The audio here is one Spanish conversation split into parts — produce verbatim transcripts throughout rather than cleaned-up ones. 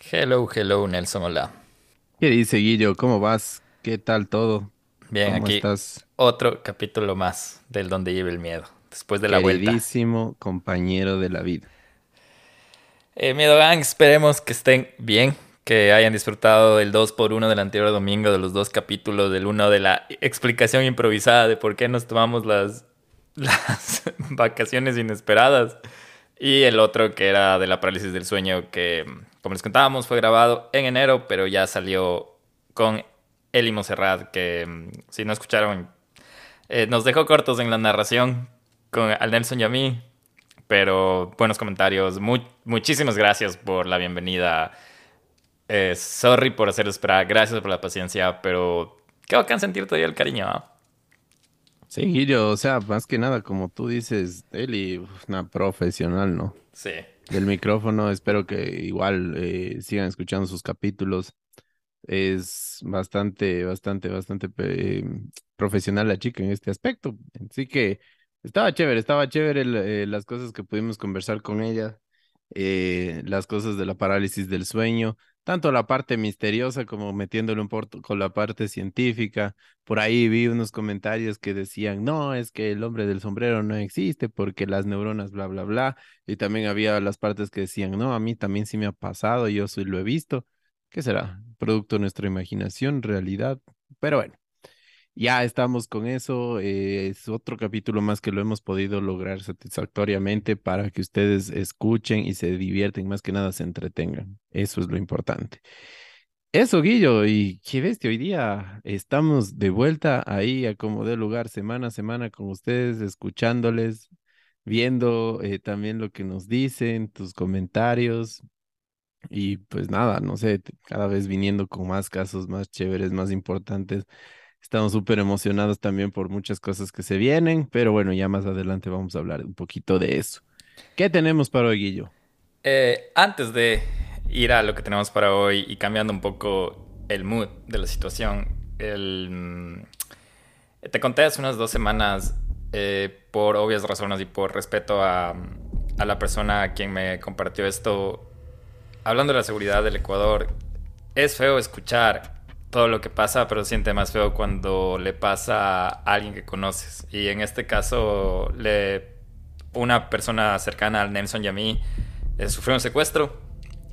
Hello, hello, Nelson, hola. ¿Qué dice Guillo? ¿Cómo vas? ¿Qué tal todo? Bien, ¿Cómo aquí estás, otro capítulo más del Donde lleve el miedo, después de la vuelta. queridísimo compañero de la vida? Eh, Miedo Gang, esperemos que estén bien, que hayan disfrutado del dos por uno del anterior domingo, de los dos capítulos, del uno de la explicación improvisada de por qué nos tomamos las, las vacaciones inesperadas, y el otro que era de la parálisis del sueño, que como les contábamos fue grabado en enero, pero ya salió con Eli Montserrat, que mm, si no escucharon, eh, nos dejó cortos en la narración con al Nelson y a mí, pero buenos comentarios. Mu muchísimas gracias por la bienvenida. Eh, sorry por hacer esperar, gracias por la paciencia, pero qué bacán sentir todavía el cariño, ¿no? Sí, Guillo, o sea, más que nada, como tú dices, Eli, uf, una profesional, ¿no? Sí. Del micrófono, espero que igual eh, sigan escuchando sus capítulos. Es bastante, bastante, bastante eh, profesional la chica en este aspecto. Así que estaba chévere, estaba chévere el- eh, las cosas que pudimos conversar con ella, eh, las cosas de la parálisis del sueño, tanto la parte misteriosa como metiéndole un poco con la parte científica. Por ahí vi unos comentarios que decían, no, es que el hombre del sombrero no existe porque las neuronas, bla, bla, bla. Y también había las partes que decían, no, a mí también sí me ha pasado, yo sí lo he visto. ¿Qué será? Producto de nuestra imaginación, realidad. Pero bueno, ya estamos con eso. Eh, es otro capítulo más que lo hemos podido lograr satisfactoriamente para que ustedes escuchen y se divierten, más que nada se entretengan. Eso es lo importante. Eso, Guillo, y qué bestia, hoy día estamos de vuelta ahí a como de lugar, semana a semana con ustedes, escuchándoles, viendo eh, también lo que nos dicen, tus comentarios. Y pues nada, no sé, te- cada vez viniendo con más casos más chéveres, más importantes. Estamos súper emocionados también por muchas cosas que se vienen, pero bueno, ya más adelante vamos a hablar un poquito de eso. ¿Qué tenemos para hoy, Guillo? Eh, antes de ir a lo que tenemos para hoy y cambiando un poco el mood de la situación, el, mm, te conté hace unas dos semanas, eh, por obvias razones y por respeto a, a la persona a quien me compartió esto, hablando de la seguridad del Ecuador, es feo escuchar todo lo que pasa, pero se siente más feo cuando le pasa a alguien que conoces. Y en este caso, le, una persona cercana al Nelson y a mí eh, sufrió un secuestro.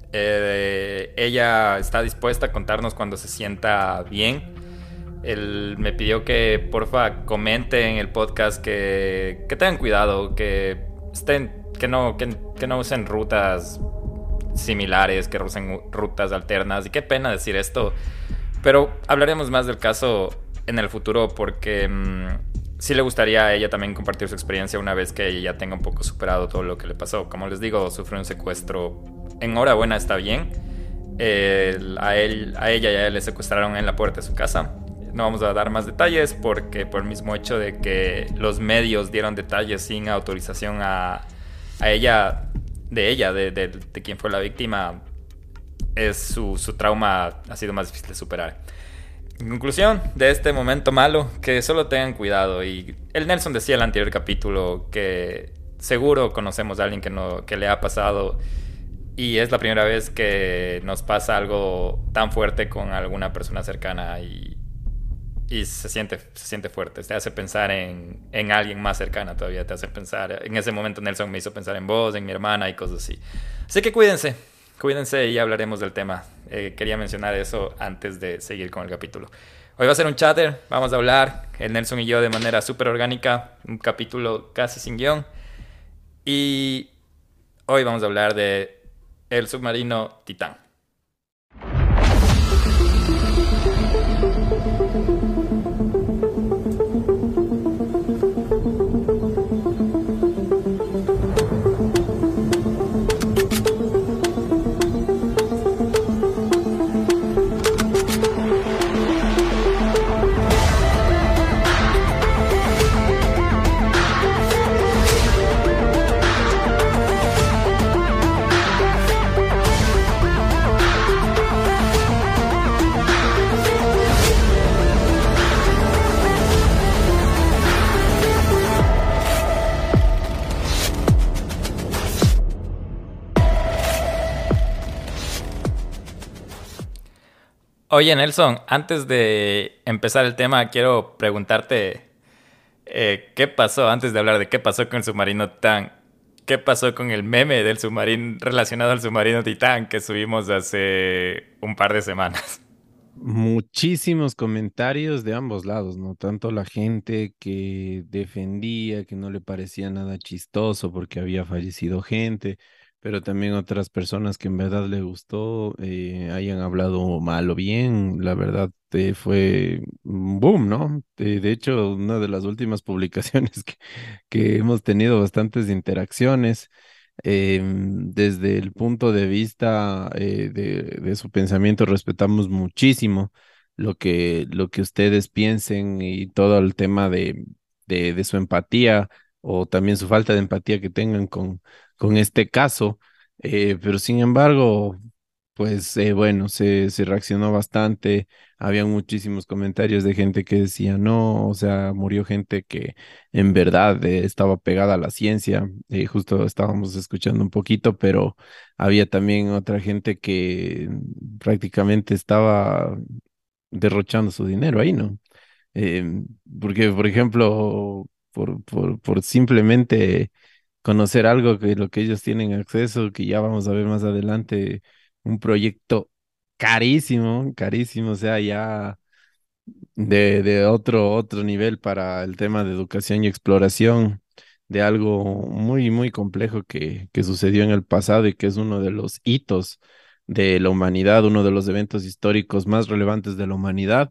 Eh, ella está dispuesta a contarnos cuando se sienta bien. Él me pidió que porfa comente en el podcast que, que tengan cuidado, que estén, que no, que, que no usen rutas similares, que usen rutas alternas. Y qué pena decir esto, pero hablaremos más del caso en el futuro porque mmm, sí le gustaría a ella también compartir su experiencia una vez que ella ya tenga un poco superado todo lo que le pasó. Como les digo, sufrió un secuestro. Enhorabuena, está bien. Eh, a, él, a ella y a él le secuestraron en la puerta de su casa. No vamos a dar más detalles porque por el mismo hecho de que los medios dieron detalles sin autorización a, a ella, de ella, de, de, de quien fue la víctima, es su, su trauma ha sido más difícil de superar. En conclusión de este momento malo, que solo tengan cuidado. Y el Nelson decía en el anterior capítulo que seguro conocemos a alguien que, no, que le ha pasado y es la primera vez que nos pasa algo tan fuerte con alguna persona cercana y, y se, siente, se siente fuerte. Te hace pensar en, en alguien más cercana todavía. Te hace pensar, en ese momento Nelson me hizo pensar en vos, en mi hermana y cosas así. Así que cuídense, cuídense y hablaremos del tema. Eh, quería mencionar eso antes de seguir con el capítulo. Hoy va a ser un chatter, vamos a hablar, el Nelson y yo de manera súper orgánica, un capítulo casi sin guión. Y hoy vamos a hablar de el submarino Titán. Oye, Nelson, antes de empezar el tema, quiero preguntarte eh, qué pasó, antes de hablar de qué pasó con el submarino Titán, qué pasó con el meme del submarino relacionado al submarino Titán que subimos hace un par de semanas. Muchísimos comentarios de ambos lados, ¿no? Tanto la gente que defendía, que no le parecía nada chistoso porque había fallecido gente, pero también otras personas que en verdad le gustó, eh, hayan hablado mal o bien. La verdad, eh, fue un boom, ¿no? Eh, de hecho, una de las últimas publicaciones que, que hemos tenido bastantes interacciones. Em, desde el punto de vista, eh, de, de su pensamiento, respetamos muchísimo lo que, lo que ustedes piensen y todo el tema de, de, de su empatía o también su falta de empatía que tengan con, con este caso. Eh, pero sin embargo, pues eh, bueno, se, se reaccionó bastante. Había muchísimos comentarios de gente que decía, no, o sea, murió gente que en verdad eh, estaba pegada a la ciencia. Eh, justo estábamos escuchando un poquito, pero había también otra gente que prácticamente estaba derrochando su dinero ahí, ¿no? Em, porque, por ejemplo, por, por, por simplemente conocer algo que lo que ellos tienen acceso, que ya vamos a ver más adelante, un proyecto carísimo, carísimo, o sea, ya de, de otro, otro nivel para el tema de educación y exploración de algo muy, muy complejo que, que sucedió en el pasado y que es uno de los hitos de la humanidad, uno de los eventos históricos más relevantes de la humanidad,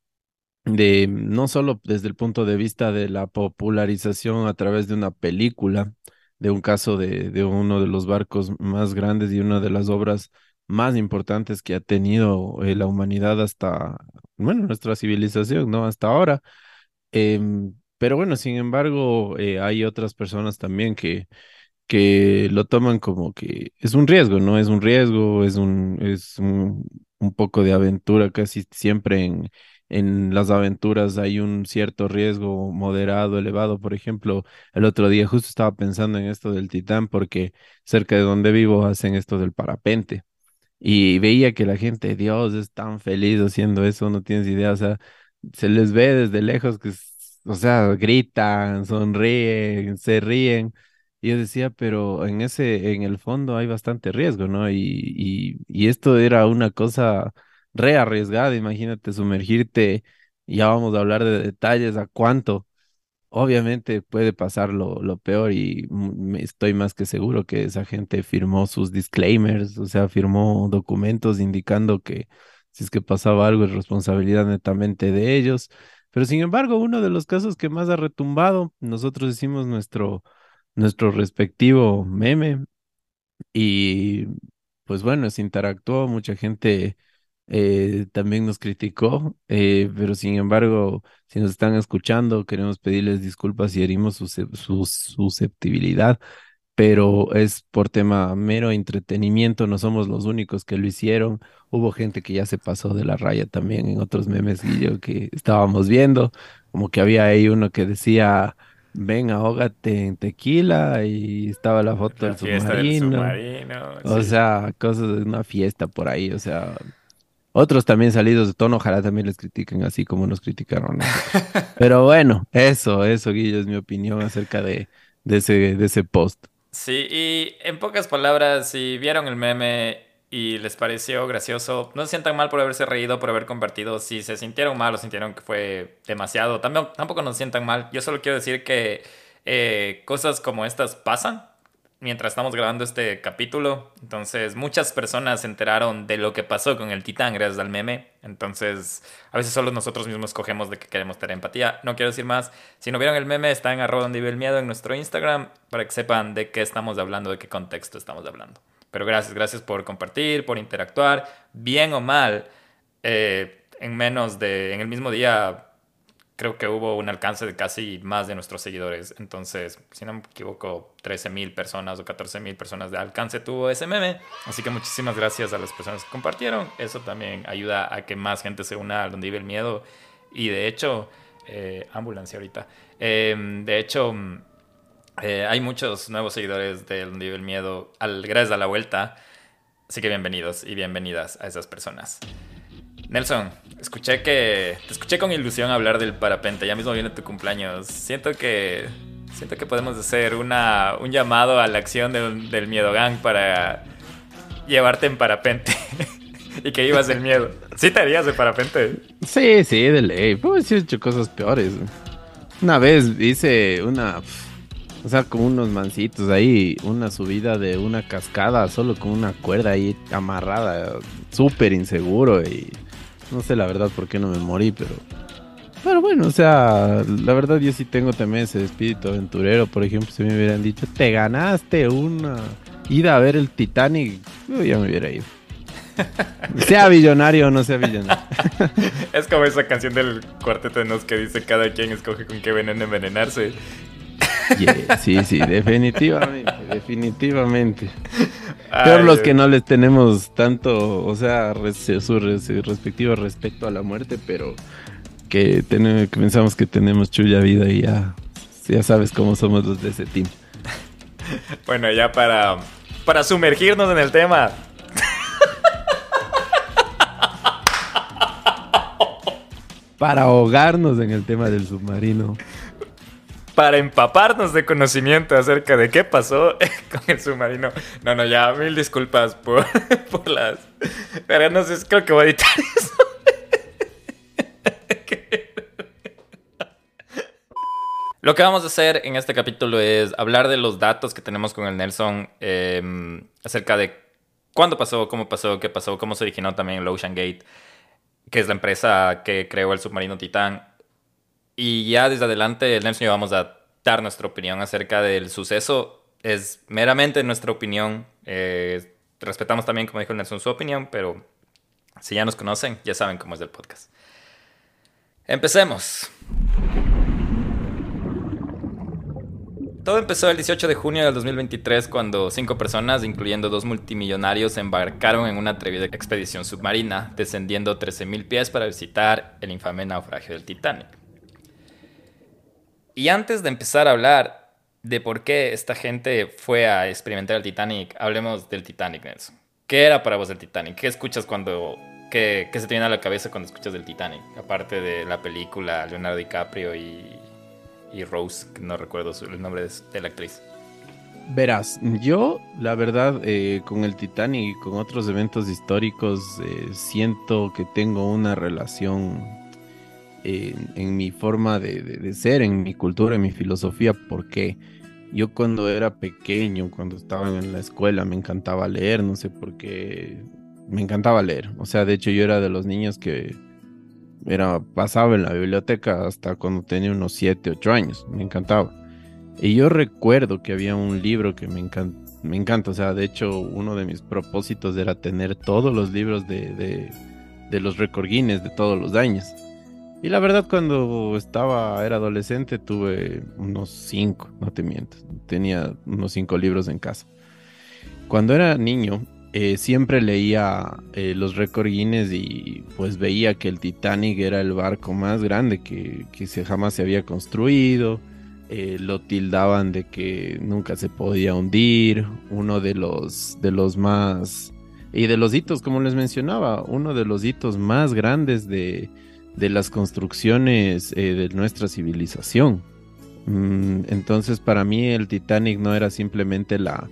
de no solo desde el punto de vista de la popularización a través de una película, de un caso de, de uno de los barcos más grandes y una de las obras más importantes que ha tenido eh, la humanidad hasta, bueno, nuestra civilización, ¿no? Hasta ahora. Em, pero bueno, sin embargo, eh, hay otras personas también que que lo toman como que es un riesgo, ¿no? Es un riesgo, es un, es un, un poco de aventura, casi siempre en, en las aventuras hay un cierto riesgo moderado, elevado. Por ejemplo, el otro día justo estaba pensando en esto del Titán porque cerca de donde vivo hacen esto del parapente. Y veía que la gente, Dios, es tan feliz haciendo eso, no tienes idea, o sea, se les ve desde lejos que, s- o sea, gritan, sonríen, se ríen. Y yo decía, pero en ese, en el fondo hay bastante riesgo, ¿no? Y, y, y esto era una cosa re arriesgada, imagínate sumergirte, ya vamos a hablar de detalles, a cuánto. Obviamente puede pasar lo, lo peor y m- me- estoy más que seguro que esa gente firmó sus disclaimers, o sea, firmó documentos indicando que si es que pasaba algo es responsabilidad netamente de ellos. Pero sin embargo, uno de los casos que más ha retumbado, nosotros hicimos nuestro, nuestro respectivo meme y pues bueno, se interactuó, mucha gente eh, también nos criticó, eh, pero sin embargo, si nos están escuchando, queremos pedirles disculpas si herimos su, su susceptibilidad, pero es por tema mero entretenimiento, no somos los únicos que lo hicieron. Hubo gente que ya se pasó de la raya también en otros memes, Guillo, que estábamos viendo, como que había ahí uno que decía, ven, ahógate en tequila, y estaba la foto La del fiesta del submarino. submarino, O sí. sea, cosas de una fiesta por ahí, o sea, otros también salidos de tono, ojalá también les critiquen así como nos criticaron a nosotros. Pero bueno, eso, eso, Guillo, es mi opinión acerca de, de ese, de ese post. Sí, y en pocas palabras, si vieron el meme y les pareció gracioso, no se sientan mal por haberse reído, por haber compartido. Si se sintieron mal o sintieron que fue demasiado, también, tampoco nos sientan mal. Yo solo quiero decir que eh, cosas como estas pasan mientras estamos grabando este capítulo. Entonces, muchas personas se enteraron de lo que pasó con el Titán gracias al meme. Entonces, a veces solo nosotros mismos cogemos de que queremos tener empatía. No quiero decir más. Si no vieron el meme, está en arroba donde vive el miedo en nuestro Instagram para que sepan de qué estamos hablando, de qué contexto estamos hablando. Pero gracias, gracias por compartir, por interactuar, bien o mal. Eh, en menos de, en el mismo día creo que hubo un alcance de casi más de nuestros seguidores. Entonces, si no me equivoco, trece mil personas o catorce mil personas de alcance tuvo ese meme. Así que muchísimas gracias a las personas que compartieron. Eso también ayuda a que más gente se una a donde vive el miedo. Y de hecho, eh, ambulancia ahorita. Eh, de hecho, eh, hay muchos nuevos seguidores de donde vive el miedo al, gracias a la vuelta. Así que bienvenidos y bienvenidas a esas personas. Nelson, escuché que te escuché con ilusión hablar del parapente. Ya mismo viene tu cumpleaños. Siento que siento que podemos hacer una un llamado a la acción del, del Miedo Gang para llevarte en parapente y que ibas el miedo. ¿Sí te harías de parapente? Sí, sí, de ley. Pues sí he hecho cosas peores. Una vez hice una, o sea, con unos mancitos ahí, una subida de una cascada solo con una cuerda ahí amarrada, súper inseguro y no sé la verdad por qué no me morí, pero, pero bueno, o sea, la verdad yo sí tengo también ese espíritu aventurero. Por ejemplo, si me hubieran dicho, te ganaste una ida a ver el Titanic, yo ya me hubiera ido. Sea billonario o no sea billonario. Es como esa canción del Cuarteto de Nos que dice cada quien escoge con qué veneno envenenarse. Yeah, sí, sí, definitivamente, definitivamente. Peor Ay, los que eh. no les tenemos tanto, o sea, res- su, res- su respectivo respecto a la muerte, pero que, tenemos, que pensamos que tenemos chulla vida y ya, ya sabes cómo somos los de ese team. Bueno, ya para, para sumergirnos en el tema. Para ahogarnos en el tema del submarino. Para empaparnos de conocimiento acerca de qué pasó con el submarino. No, no, ya, mil disculpas por, por las... Pero no sé, creo que voy a editar eso. Lo que vamos a hacer en este capítulo es hablar de los datos que tenemos con el Nelson eh, acerca de cuándo pasó, cómo pasó, qué pasó, cómo se originó también el Ocean Gate, que es la empresa que creó el submarino Titán. Y ya desde adelante, el Nelson y yo vamos a dar nuestra opinión acerca del suceso. Es meramente nuestra opinión. Eh, respetamos también, como dijo el Nelson, su opinión, pero si ya nos conocen, ya saben cómo es el podcast. Empecemos. Todo empezó el dieciocho de junio del dos mil veintitrés cuando cinco personas, incluyendo dos multimillonarios, embarcaron en una atrevida expedición submarina, descendiendo trece mil pies para visitar el infame naufragio del Titanic. Y antes de empezar a hablar de por qué esta gente fue a experimentar el Titanic, hablemos del Titanic, Nelson. ¿Qué era para vos el Titanic? ¿Qué escuchas cuando... ¿Qué, qué se te viene a la cabeza cuando escuchas del Titanic? Aparte de la película, Leonardo DiCaprio y... y Rose, que no recuerdo el nombre de, de la actriz. Verás, yo la verdad eh, con el Titanic y con otros eventos históricos eh, siento que tengo una relación en, en mi forma de, de- de ser, en mi cultura, en mi filosofía, porque yo cuando era pequeño, cuando estaba en la escuela, me encantaba leer, no sé por qué, me encantaba leer. O sea, de hecho yo era de los niños que era, pasaba en la biblioteca hasta cuando tenía unos siete ocho años, me encantaba. Y yo recuerdo que había un libro que me encanta, me encanta, o sea, de hecho uno de mis propósitos era tener todos los libros de, de, de los récord Guinness de todos los años. Y la verdad cuando estaba, era adolescente tuve unos cinco, no te miento, tenía unos cinco libros en casa. Cuando era niño, eh, siempre leía eh, los récord Guinness y pues veía que el Titanic era el barco más grande que, que se, jamás se había construido. Eh, lo tildaban de que nunca se podía hundir. Uno de los, de los más... Y de los hitos, como les mencionaba, uno de los hitos más grandes de, de las construcciones eh, de nuestra civilización. Mm, entonces, para mí el Titanic no era simplemente la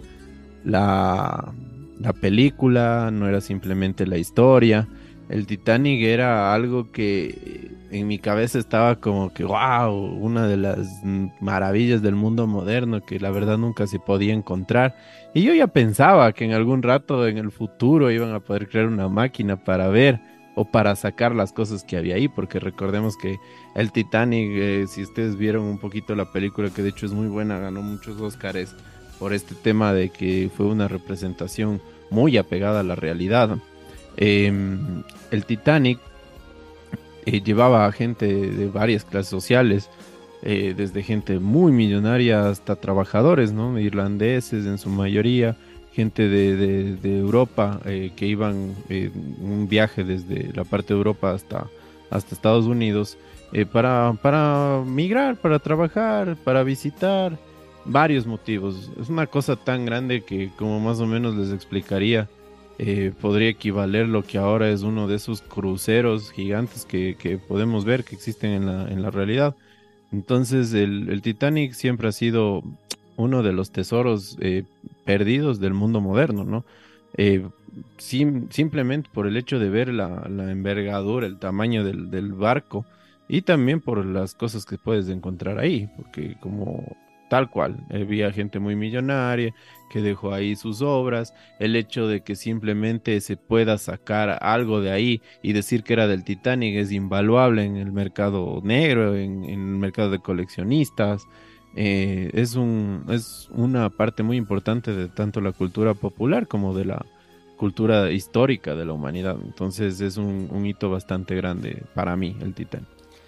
la, la película, no era simplemente la historia. El Titanic era algo que en mi cabeza estaba como que, wow, una de las mm, maravillas del mundo moderno que la verdad nunca se podía encontrar. Y yo ya pensaba que en algún rato en el futuro iban a poder crear una máquina para ver o para sacar las cosas que había ahí, porque recordemos que el Titanic, eh, si ustedes vieron un poquito la película, que de hecho es muy buena, ganó muchos Óscares por este tema de que fue una representación muy apegada a la realidad. Eh, el Titanic eh, llevaba a gente de varias clases sociales, eh, desde gente muy millonaria hasta trabajadores, ¿no? Irlandeses en su mayoría, gente de, de- de Europa eh, que iban en un viaje desde la parte de Europa hasta, hasta Estados Unidos eh, para, para migrar, para trabajar, para visitar. Varios motivos. Es una cosa tan grande que como más o menos les explicaría. eh, podría equivaler lo que ahora es uno de esos cruceros gigantes que, que podemos ver que existen en la, en la realidad. Entonces, el, el Titanic siempre ha sido uno de los tesoros eh, perdidos del mundo moderno, ¿no? Eh, sim- Simplemente por el hecho de ver la, la envergadura, el tamaño del, del barco y también por las cosas que puedes encontrar ahí, porque como tal cual, había gente muy millonaria que dejó ahí sus obras, el hecho de que simplemente se pueda sacar algo de ahí y decir que era del Titanic es invaluable en el mercado negro, en, en el mercado de coleccionistas. Eh, es un, es una parte muy importante de tanto la cultura popular como de la cultura histórica de la humanidad. Entonces es un, un hito bastante grande para mí, el Titanic.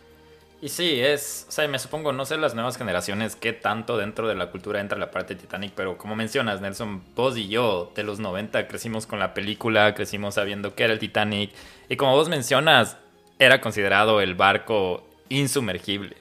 Y sí, es, o sea, me supongo, no sé las nuevas generaciones qué tanto dentro de la cultura entra la parte de Titanic, pero como mencionas, Nelson, vos y yo de los noventa crecimos con la película, crecimos sabiendo qué era el Titanic, y como vos mencionas, era considerado el barco insumergible.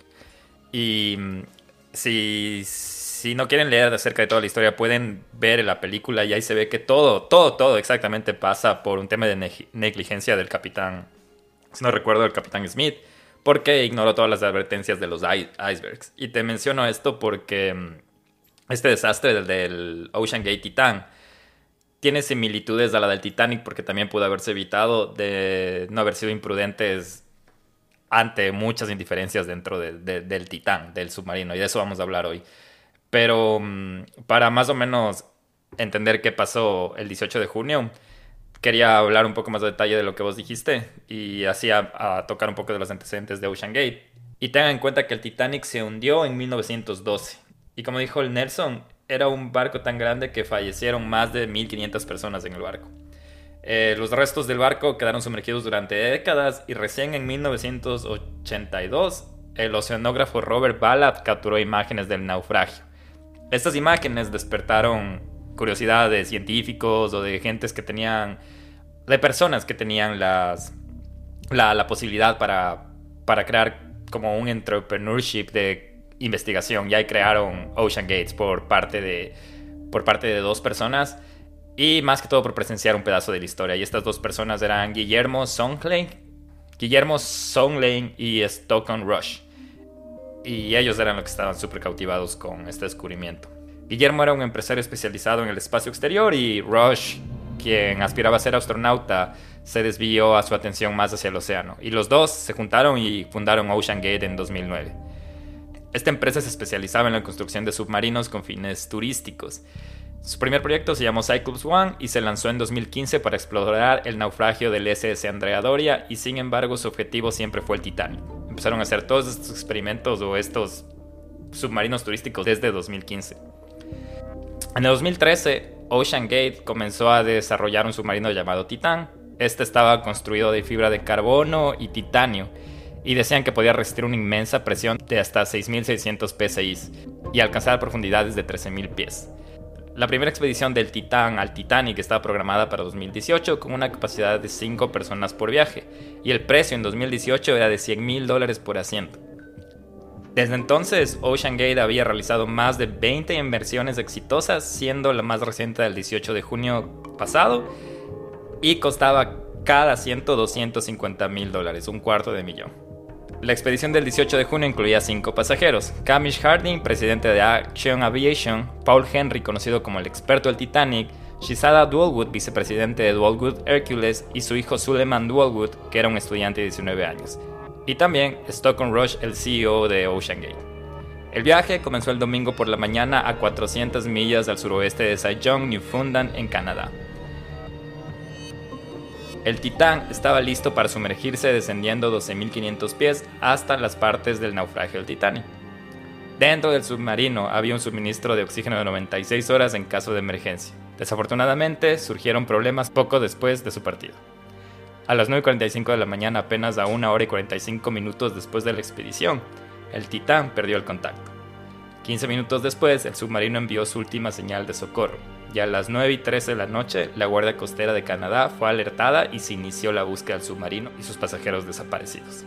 Y mm, si, si no quieren leer acerca de toda la historia, pueden ver la película y ahí se ve que todo, todo, todo exactamente pasa por un tema de neg- negligencia del capitán, si no recuerdo, el capitán Smith, porque ignoró todas las advertencias de los i- icebergs. Y te menciono esto porque mm, este desastre del, del Ocean Gate Titan tiene similitudes a la del Titanic porque también pudo haberse evitado de no haber sido imprudentes ante muchas indiferencias dentro de- de- del Titán, del submarino, y de eso vamos a hablar hoy. Pero mm, para más o menos entender qué pasó el dieciocho de junio, quería hablar un poco más de detalle de lo que vos dijiste y así a, a tocar un poco de los antecedentes de Ocean Gate. Y tengan en cuenta que el Titanic se hundió en mil novecientos doce. Y como dijo el Nelson, era un barco tan grande que fallecieron más de mil quinientas personas en el barco. Eh, los restos del barco quedaron sumergidos durante décadas y recién en mil novecientos ochenta y dos el oceanógrafo Robert Ballard capturó imágenes del naufragio. Estas imágenes despertaron curiosidad de científicos o de gentes que tenían, de personas que tenían las, la, la posibilidad para, para crear como un entrepreneurship de investigación. Ya crearon Ocean Gates por parte de, por parte de dos personas y más que todo por presenciar un pedazo de la historia. Y estas dos personas eran Guillermo Sondheim, Guillermo Sondheim y Stockton Rush. Y ellos eran los que estaban súper cautivados con este descubrimiento. Guillermo era un empresario especializado en el espacio exterior y Rush, quien aspiraba a ser astronauta, se desvió a su atención más hacia el océano. Y los dos se juntaron y fundaron Ocean Gate en dos mil nueve. Esta empresa se especializaba en la construcción de submarinos con fines turísticos. Su primer proyecto se llamó Cyclops One y se lanzó en dos mil quince para explorar el naufragio del S S Andrea Doria y sin embargo su objetivo siempre fue el Titanic. Empezaron a hacer todos estos experimentos o estos submarinos turísticos desde dos mil quince. En el dos mil trece, Ocean Gate comenzó a desarrollar un submarino llamado Titan. Este estaba construido de fibra de carbono y titanio y decían que podía resistir una inmensa presión de hasta seis mil seiscientos P S I y alcanzar profundidades de trece mil pies. La primera expedición del Titán al Titanic estaba programada para dos mil dieciocho con una capacidad de cinco personas por viaje y el precio en dos mil dieciocho era de cien mil dólares por asiento. Desde entonces, Ocean Gate había realizado más de veinte inversiones exitosas, siendo la más reciente del dieciocho de junio pasado, y costaba cada asiento doscientos cincuenta mil dólares, un cuarto de millón. La expedición del dieciocho de junio incluía cinco pasajeros: Hamish Harding, presidente de Action Aviation; Paul Henry, conocido como el experto del Titanic; Shizada Dwellwood, vicepresidente de Dwellwood Hercules; y su hijo Suleiman Dwellwood, que era un estudiante de diecinueve años. Y también Stockton Rush, el C E O de Ocean Gate. El viaje comenzó el domingo por la mañana a cuatrocientas millas al suroeste de Saint-John, Newfoundland, en Canadá. El Titán estaba listo para sumergirse descendiendo doce mil quinientos pies hasta las partes del naufragio del Titanic. Dentro del submarino había un suministro de oxígeno de noventa y seis horas en caso de emergencia. Desafortunadamente, surgieron problemas poco después de su partida. A las nueve y cuarenta y cinco de la mañana, apenas a una hora y cuarenta y cinco minutos después de la expedición, el Titán perdió el contacto. quince minutos después, el submarino envió su última señal de socorro, y a las nueve y trece de la noche, la Guardia Costera de Canadá fue alertada y se inició la búsqueda del submarino y sus pasajeros desaparecidos.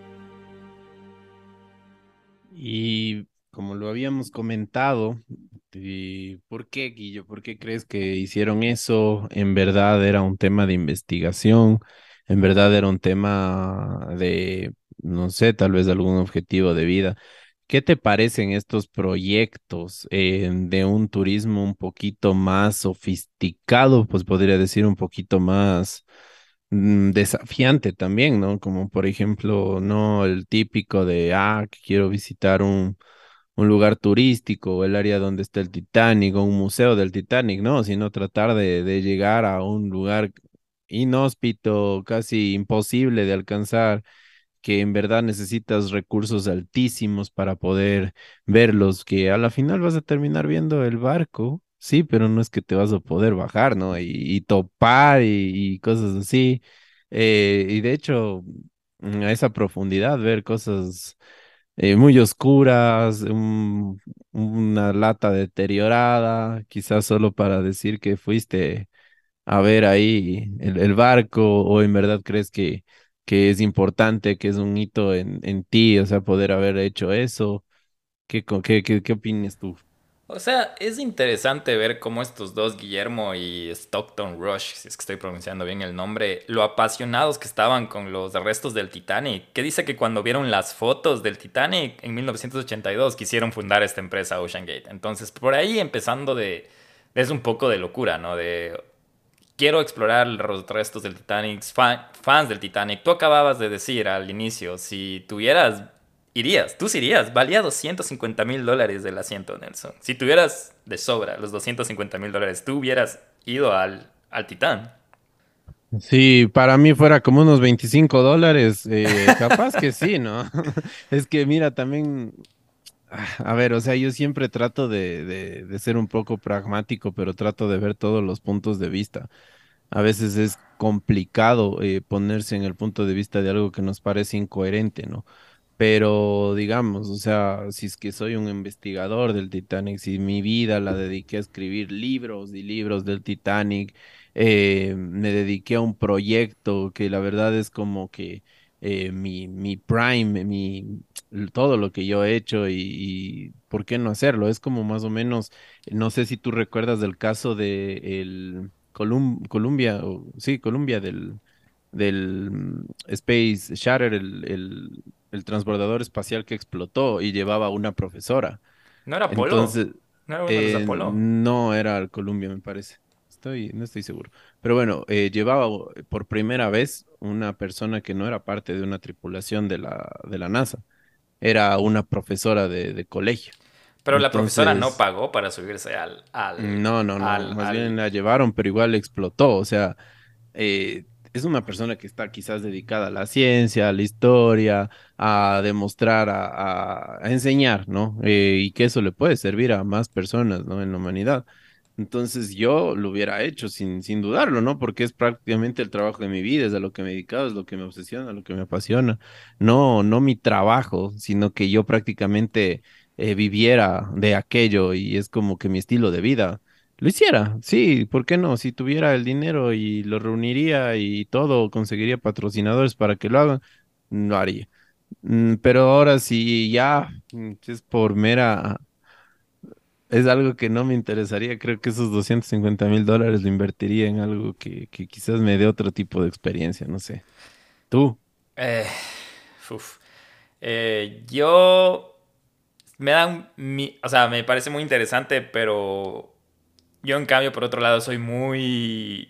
Y como lo habíamos comentado, ¿Y por qué, Guillo? ¿Por qué crees que hicieron eso? ¿En verdad era un tema de investigación? ¿En verdad era un tema de, no sé, tal vez de algún objetivo de vida? ¿Qué te parecen estos proyectos eh, de un turismo un poquito más sofisticado? Pues podría decir un poquito más mm, desafiante también, ¿no? Como por ejemplo, no el típico de, ah, que quiero visitar un un lugar turístico, o el área donde está el Titanic, o un museo del Titanic, no, sino tratar de, de llegar a un lugar inhóspito, casi imposible de alcanzar, que en verdad necesitas recursos altísimos para poder verlos, que a la final vas a terminar viendo el barco, sí, pero no es que te vas a poder bajar, ¿no? Y, y topar y, y cosas así. Eh, y de hecho, mm, a esa profundidad, ver cosas eh, muy oscuras, un- una lata deteriorada, quizás solo para decir que fuiste a ver ahí el, el barco, o en verdad crees que, que es importante, que es un hito en, en ti, o sea, poder haber hecho eso. ¿Qué, co- qué, qué, qué opinas tú? O sea, es interesante ver cómo estos dos, Guillermo y Stockton Rush, si es que estoy pronunciando bien el nombre, lo apasionados que estaban con los restos del Titanic. Que dice que cuando vieron las fotos del Titanic en mil novecientos ochenta y dos quisieron fundar esta empresa Ocean Gate. Entonces, por ahí empezando de... Es un poco de locura, ¿no? De quiero explorar los restos del Titanic, fa- fans del Titanic. Tú acababas de decir al inicio, si tuvieras, irías, tú sí irías, valía doscientos cincuenta mil dólares el asiento, Nelson. Si tuvieras de sobra los doscientos cincuenta mil dólares, tú hubieras ido al, al Titán. Si para mí fuera como unos veinticinco dólares, eh, capaz que sí, ¿no? Es que mira, también, ah, a ver, o sea, yo siempre trato de, de, de ser un poco pragmático, pero trato de ver todos los puntos de vista. A veces es complicado eh, ponerse en el punto de vista de algo que nos parece incoherente, ¿no? Pero digamos, o sea, si es que soy un investigador del Titanic, si mi vida la dediqué a escribir libros y libros del Titanic, eh, me dediqué a un proyecto que la verdad es como que eh, mi, mi prime, mi, todo lo que yo he hecho y, y ¿por qué no hacerlo? Es como más o menos, no sé si tú recuerdas del caso de el Colum- Columbia, o, sí, Columbia del, del mm, Space Shuttle, el, el el transbordador espacial que explotó y llevaba una profesora. ¿No era Apolo? Entonces, ¿No era uno de los eh, Apolo? no era el Columbia, me parece. Estoy, no estoy seguro. Pero bueno, eh, llevaba eh, por primera vez una persona que no era parte de una tripulación de la, de la NASA. Era una profesora de, de colegio. Pero la profesora no Entonces, pagó para subirse al, al, no, no, no. al, Más bien al... la llevaron, pero igual explotó. O sea, eh, es una persona que está quizás dedicada a la ciencia, a la historia, a demostrar, a, a- a enseñar, ¿no? Eh, y que eso le puede servir a más personas, ¿no? En la humanidad. Entonces yo lo hubiera hecho sin, sin dudarlo, ¿no? Porque es prácticamente el trabajo de mi vida, es a lo que me he dedicado, es lo que me obsesiona, lo que me apasiona. No, no mi trabajo, sino que yo prácticamente eh, viviera de aquello y es como que mi estilo de vida. Lo hiciera, sí, ¿por qué no? Si tuviera el dinero y lo reuniría y todo, conseguiría patrocinadores para que lo hagan, lo haría. Mm, Pero ahora si ya mm, es por mera, es algo que no me interesaría, creo que esos doscientos cincuenta mil dólares lo invertiría en algo que, que quizás me dé otro tipo de experiencia, no sé. ¿Tú? Eh, uf. Eh, yo... Me dan... Mi, o sea, me parece muy interesante, pero yo en cambio, por otro lado, soy muy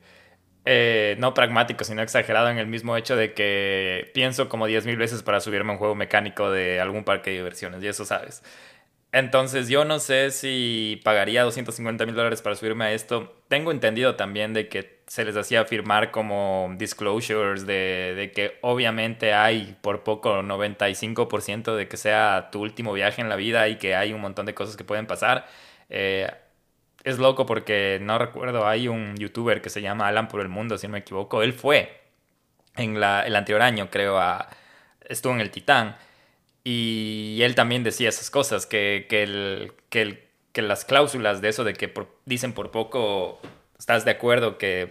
eh, no pragmático, sino exagerado en el mismo hecho de que pienso como diez mil veces para subirme a un juego mecánico de algún parque de diversiones, y eso sabes. Entonces yo no sé si pagaría doscientos cincuenta mil dólares para subirme a esto. Tengo entendido también de que se les hacía firmar como disclosures de, de que obviamente hay por poco noventa y cinco por ciento de que sea tu último viaje en la vida y que hay un montón de cosas que pueden pasar. Eh, es loco porque no recuerdo, hay un youtuber que se llama Alan por el Mundo, si no me equivoco. Él fue en la, el anterior año, creo, a, estuvo en el Titán. Y él también decía esas cosas, que, que, el, que, el, que las cláusulas de eso de que por, dicen por poco, estás de acuerdo que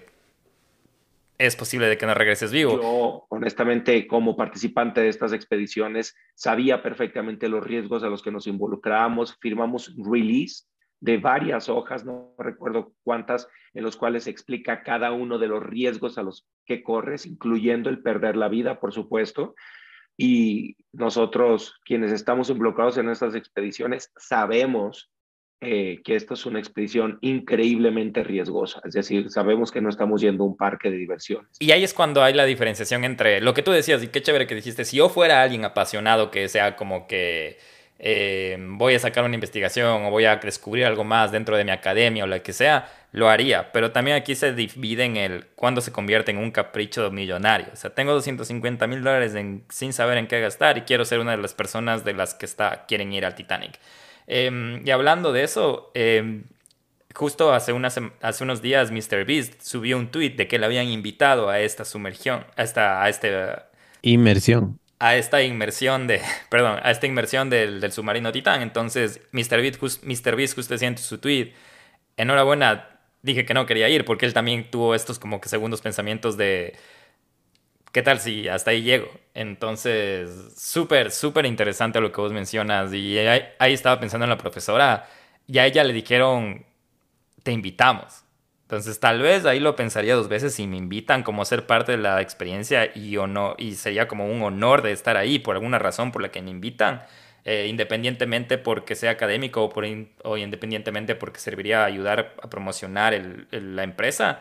es posible de que no regreses vivo. Yo, honestamente, como participante de estas expediciones, sabía perfectamente los riesgos a los que nos involucrábamos. Firmamos un release de varias hojas, no recuerdo cuántas, en los cuales se explica cada uno de los riesgos a los que corres, incluyendo el perder la vida, por supuesto. Y nosotros, quienes estamos involucrados en estas expediciones, sabemos eh, que esto es una expedición increíblemente riesgosa. Es decir, sabemos que no estamos yendo a un parque de diversiones. Y ahí es cuando hay la diferenciación entre lo que tú decías, y qué chévere que dijiste, si yo fuera alguien apasionado que sea como que eh, voy a sacar una investigación o voy a descubrir algo más dentro de mi academia o lo que sea, lo haría. Pero también aquí se divide en el cuando se convierte en un capricho millonario. O sea, tengo doscientos cincuenta mil dólares en, sin saber en qué gastar y quiero ser una de las personas de las que está, quieren ir al Titanic. Eh, y hablando de eso, eh, justo hace, unas, hace unos días míster Beast subió un tweet de que le habían invitado a esta sumergión, a esta, a este, Inmersión. a esta inmersión de, perdón, a esta inmersión del, del submarino Titán. Entonces, míster Beast, just, míster Beast justo decía en su tweet, enhorabuena, dije que no quería ir porque él también tuvo estos como que segundos pensamientos de, ¿qué tal si hasta ahí llego? Entonces, súper, súper interesante lo que vos mencionas. Y ahí, ahí estaba pensando en la profesora, y a ella le dijeron, te invitamos. Entonces, tal vez ahí lo pensaría dos veces si me invitan como a ser parte de la experiencia y, o no, y sería como un honor de estar ahí por alguna razón por la que me invitan, eh, independientemente porque sea académico o, por in, o independientemente porque serviría a ayudar a promocionar el, el, la empresa.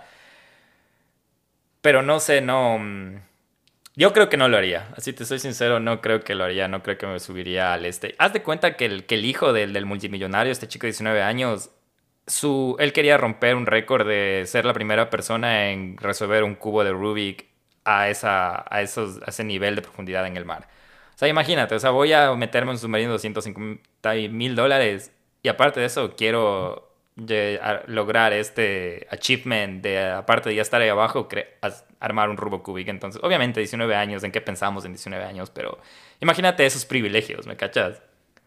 Pero no sé, no... Yo creo que no lo haría. Así te soy sincero, no creo que lo haría. No creo que me subiría al este. Haz de cuenta que el, que el hijo del, del multimillonario, este chico de diecinueve años, su, él quería romper un récord de ser la primera persona en resolver un cubo de Rubik a, esa, a, esos, a ese nivel de profundidad en el mar. O sea, imagínate, o sea, voy a meterme en un submarino de doscientos cincuenta mil dólares y aparte de eso quiero de, a, lograr este achievement de, aparte de ya estar ahí abajo, armar un Rubik Cubic. Entonces, obviamente, diecinueve años, ¿en qué pensamos en diecinueve años? Pero imagínate esos privilegios, ¿me cachas?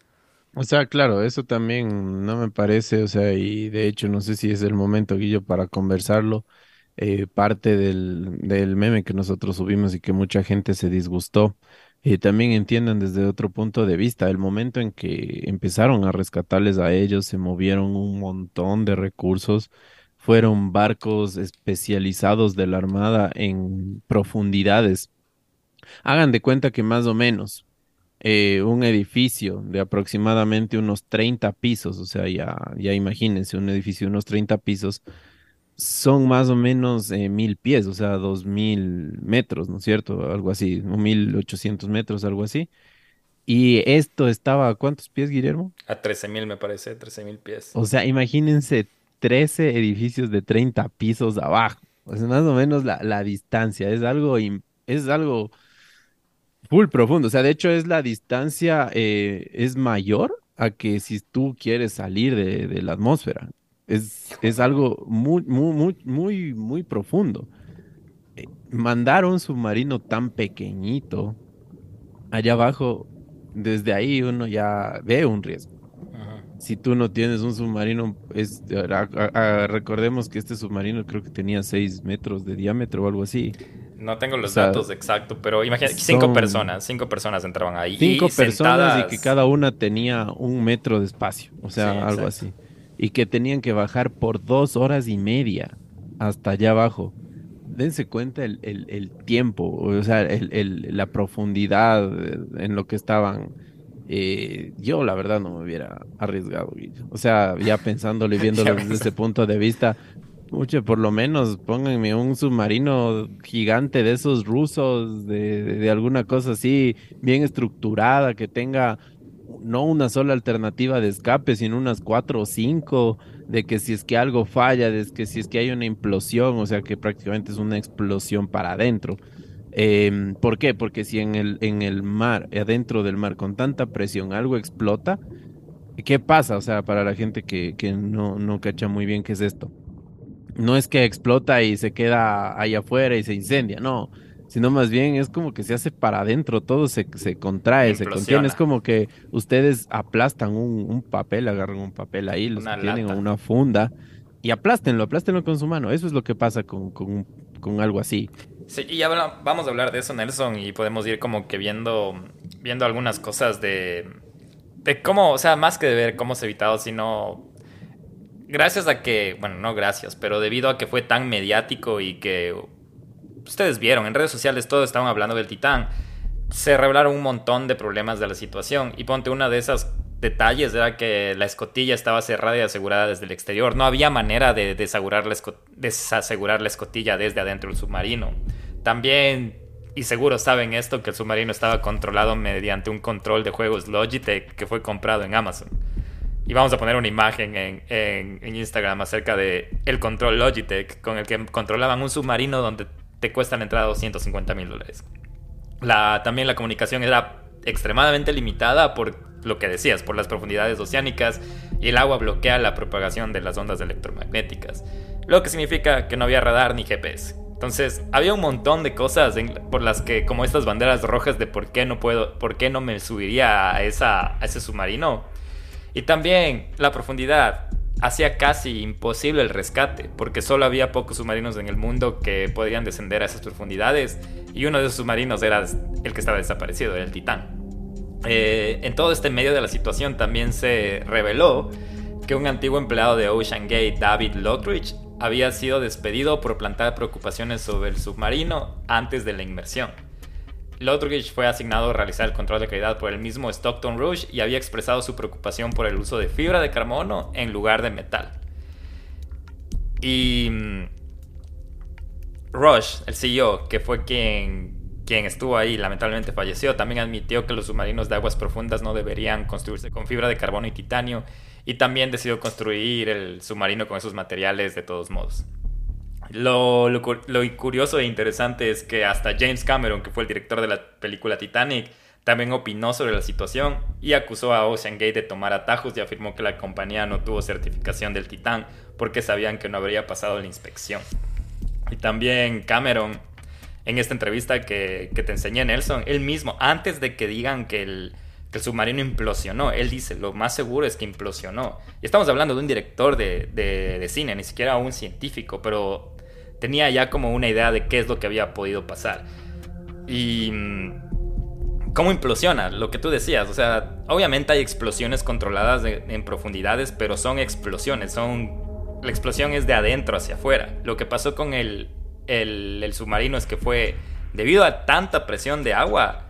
O sea, claro, eso también no me parece, o sea, y de hecho no sé si es el momento, Guillo, para conversarlo. Eh, parte del, del meme que nosotros subimos y que mucha gente se disgustó, eh, también entiendan desde otro punto de vista, el momento en que empezaron a rescatarles a ellos, se movieron un montón de recursos, fueron barcos especializados de la Armada en profundidades. Hagan de cuenta que más o menos eh, un edificio de aproximadamente unos treinta pisos, o sea, ya, ya imagínense, un edificio de unos treinta pisos, son más o menos eh, mil pies, o sea, dos mil metros, ¿no es cierto? Algo así, o mil ochocientos metros, algo así. Y esto estaba, ¿a cuántos pies, Guillermo? A trece mil me parece, trece mil pies. O sea, imagínense trece edificios de treinta pisos abajo. O sea, más o menos la, la distancia, es algo, im- es algo full profundo, o sea, de hecho es la distancia, eh, es mayor a que si tú quieres salir de, de la atmósfera. Es, es algo muy, muy, muy, muy, muy profundo. Eh, mandar un submarino tan pequeñito allá abajo, desde ahí uno ya ve un riesgo. Ajá. Si tú no tienes un submarino, es, a- a- a- recordemos que este submarino creo que tenía seis metros de diámetro o algo así. No tengo O los sea, datos exactos, pero imagínate, cinco son personas, cinco personas entraban ahí y cinco personas y que sentadas. cada una tenía un metro de espacio, o Sí, sea, algo exacto. así. Y que tenían que bajar por dos horas y media hasta allá abajo. Dense cuenta el, el, el tiempo, o sea, el, el- la profundidad eh, en lo que estaban. Eh, yo, la verdad, no me hubiera arriesgado, Guillo. O sea, ya pensándolo y Ya viéndolo desde ves. ese punto de vista, mucho, por lo menos pónganme un submarino gigante de esos rusos, de, de de alguna cosa así bien estructurada, que tenga no una sola alternativa de escape, sino unas cuatro o cinco, de que si es que algo falla, de que si es que hay una implosión, o sea que prácticamente es una explosión para adentro. Em, ¿por qué? Porque si en el, en el mar, adentro del mar, con tanta presión, algo explota, ¿qué pasa? O sea, para la gente que, que no, no cacha muy bien qué es esto, no es que explota y se queda ahí afuera y se incendia, no, sino más bien es como que se hace para adentro, todo se, se contrae, se contiene, es Implosiona. como que ustedes aplastan un, un papel, agarran un papel ahí, los Una que tienen o lata. una funda, y aplástenlo, aplástenlo con su mano, eso es lo que pasa con, con, un- con algo así. Sí, y habla- vamos a hablar de eso, Nelson, y podemos ir como que viendo, viendo algunas cosas de, de cómo, o sea, más que de ver cómo se ha evitado, sino gracias a que, bueno, no gracias, pero debido a que fue tan mediático y que ustedes vieron en redes sociales, todos estaban hablando del Titán, se revelaron un montón de problemas de la situación. Y ponte, una de esas detalles era que la escotilla estaba cerrada y asegurada desde el exterior. No había manera de desasegurar la, esco desasegurar la escotilla desde adentro del submarino. También, y seguro saben esto, que el submarino estaba controlado mediante un control de juegos Logitech que fue comprado en Amazon. Y vamos a poner una imagen en, en, en Instagram acerca de el control Logitech con el que controlaban un submarino donde te cuesta la entrada doscientos cincuenta mil dólares. La, también la comunicación era extremadamente limitada por lo que decías, por las profundidades oceánicas, y el agua bloquea la propagación de las ondas electromagnéticas, lo que significa que no había radar ni G P S. Entonces había un montón de cosas en, por las que, como estas banderas rojas de por qué no puedo, por qué no me subiría a, esa, a ese submarino. Y también la profundidad hacía casi imposible el rescate, porque solo había pocos submarinos en el mundo que podían descender a esas profundidades, y uno de esos submarinos era el que estaba desaparecido, era el Titán. Eh, en todo este medio de la situación también se reveló que un antiguo empleado de Ocean Gate, David Lockridge, había sido despedido por plantar preocupaciones sobre el submarino antes de la inmersión. Lockridge fue asignado a realizar el control de calidad por el mismo Stockton Rush y había expresado su preocupación por el uso de fibra de carbono en lugar de metal. Y Rush, el C E O, que fue quien, quien estuvo ahí, lamentablemente falleció, también admitió que los submarinos de aguas profundas no deberían construirse con fibra de carbono y titanio, y también decidió construir el submarino con esos materiales de todos modos. Lo, lo, lo curioso e interesante es que hasta James Cameron, que fue el director de la película Titanic, también opinó sobre la situación y acusó a Ocean Gate de tomar atajos y afirmó que la compañía no tuvo certificación del Titán porque sabían que no habría pasado la inspección. Y también Cameron, en esta entrevista que, que te enseñé, Nelson, él mismo, antes de que digan que el, que el submarino implosionó, él dice, lo más seguro es que implosionó. Y estamos hablando de un director de, de, de cine, ni siquiera un científico, pero tenía ya como una idea de qué es lo que había podido pasar. Y cómo implosiona, lo que tú decías. O sea, obviamente hay explosiones controladas de, en profundidades, pero son explosiones, son... La explosión es de adentro hacia afuera. Lo que pasó con el, el, el submarino es que fue, debido a tanta presión de agua,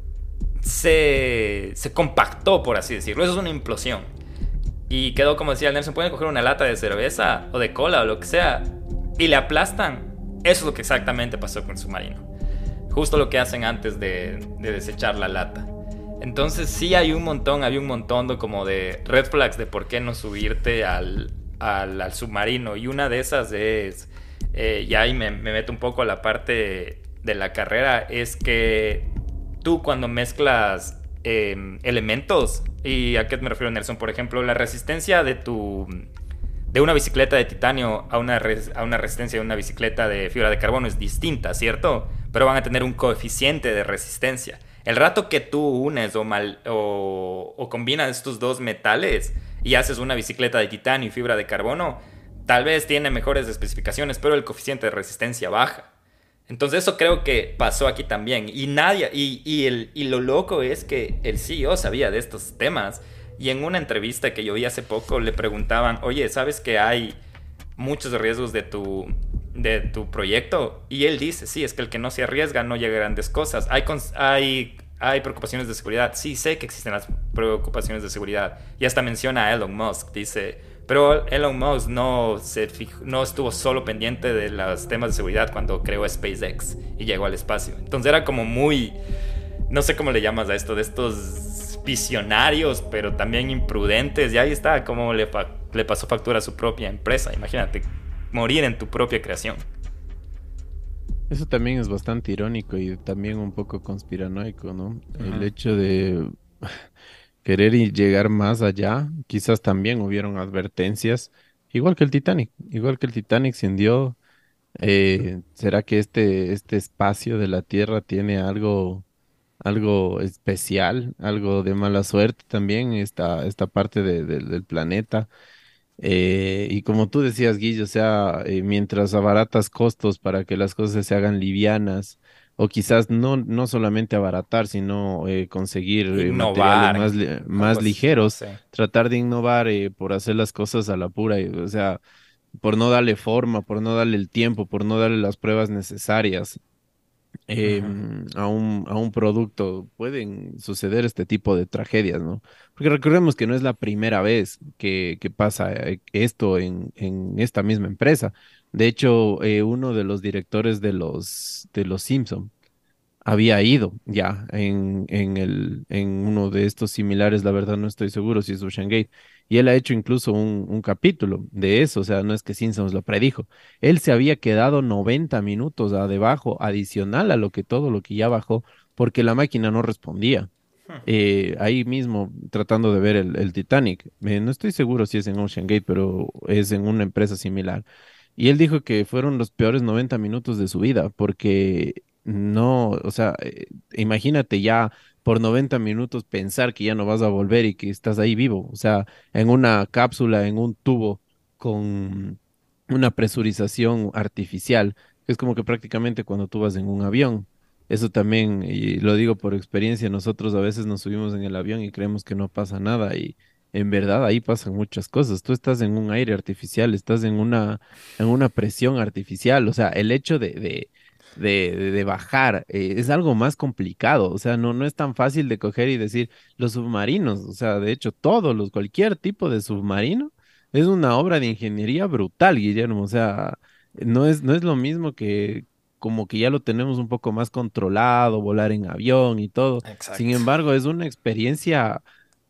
se, se compactó, por así decirlo. Eso es una implosión. Y quedó, como decía Nelson, pueden coger una lata de cerveza o de cola o lo que sea y le aplastan. Eso es lo que exactamente pasó con el submarino. Justo lo que hacen antes de, de desechar la lata. Entonces sí hay un montón, había un montón de como de red flags de por qué no subirte al, al, al submarino. Y una de esas es, eh, y ahí me, me meto un poco a la parte de la carrera, es que tú cuando mezclas eh, elementos, y a qué me refiero, Nelson, por ejemplo, la resistencia de tu... de una bicicleta de titanio a una, res, a una resistencia de una bicicleta de fibra de carbono es distinta, ¿cierto? Pero van a tener un coeficiente de resistencia. El rato que tú unes o, mal, o, o combinas estos dos metales y haces una bicicleta de titanio y fibra de carbono, tal vez tiene mejores especificaciones, pero el coeficiente de resistencia baja. Entonces eso creo que pasó aquí también. Y, nadie, y, y, el, y lo loco es que el C E O sabía de estos temas. Y en una entrevista que yo vi hace poco le preguntaban, oye, ¿sabes que hay muchos riesgos de tu, de tu proyecto? Y él dice, sí, es que el que no se arriesga no llega a grandes cosas. Hay, hay, hay preocupaciones de seguridad. Sí, sé que existen las preocupaciones de seguridad. Y hasta menciona a Elon Musk, dice, pero Elon Musk no, se fijó, no estuvo solo pendiente de los temas de seguridad cuando creó SpaceX y llegó al espacio. Entonces era como muy, no sé cómo le llamas a esto, de estos... visionarios, pero también imprudentes, y ahí está como le, le pasó factura a su propia empresa. Imagínate, morir en tu propia creación. Eso también es bastante irónico y también un poco conspiranoico, ¿no? Uh-huh. El hecho de querer y llegar más allá, quizás también hubieron advertencias, igual que el Titanic, igual que el Titanic se hundió. Eh, ¿será que este, este espacio de la Tierra tiene algo algo especial, algo de mala suerte también, esta, esta parte de- de- del planeta? Eh, y como tú decías, Guillo, o sea, eh, mientras abaratas costos para que las cosas se hagan livianas, o quizás no, no solamente abaratar, sino eh, conseguir eh, materiales Innovar, más, li- algo más así, no ligeros, sé. tratar de innovar eh, por hacer las cosas a la pura, y, o sea, por no darle forma, por no darle el tiempo, por no darle las pruebas necesarias eh, Ujú. a un, a un producto, pueden suceder este tipo de tragedias, ¿no? Porque recordemos que no es la primera vez que, que pasa eh, esto en, en esta misma empresa. De hecho, eh, uno de los directores de los, de los Simpson había ido ya en, en, el, en uno de estos similares, la verdad no estoy seguro si es Ocean Gate, y él ha hecho incluso un, un capítulo de eso, o sea, no es que Simpsons lo predijo, él se había quedado noventa minutos a debajo, adicional a lo que todo lo que ya bajó, porque la máquina no respondía. Eh, ahí mismo, tratando de ver el, el Titanic, eh, no estoy seguro si es en Ocean Gate, pero es en una empresa similar. Y él dijo que fueron los peores noventa minutos de su vida, porque no, o sea, eh, imagínate ya por noventa minutos pensar que ya no vas a volver y que estás ahí vivo, o sea, en una cápsula, en un tubo con una presurización artificial. Es como que prácticamente cuando tú vas en un avión. Eso también, y lo digo por experiencia, nosotros a veces nos subimos en el avión y creemos que no pasa nada y en verdad ahí pasan muchas cosas. Tú estás en un aire artificial, estás en una en una presión artificial. O sea, el hecho de, de, de, de- de bajar eh, es algo más complicado. O sea, no, no es tan fácil de coger y decir los submarinos. O sea, de hecho, todos los, cualquier tipo de submarino es una obra de ingeniería brutal, Guillermo. O sea, no es, no es lo mismo que como que ya lo tenemos un poco más controlado, volar en avión y todo. Sin Exacto. embargo, es una experiencia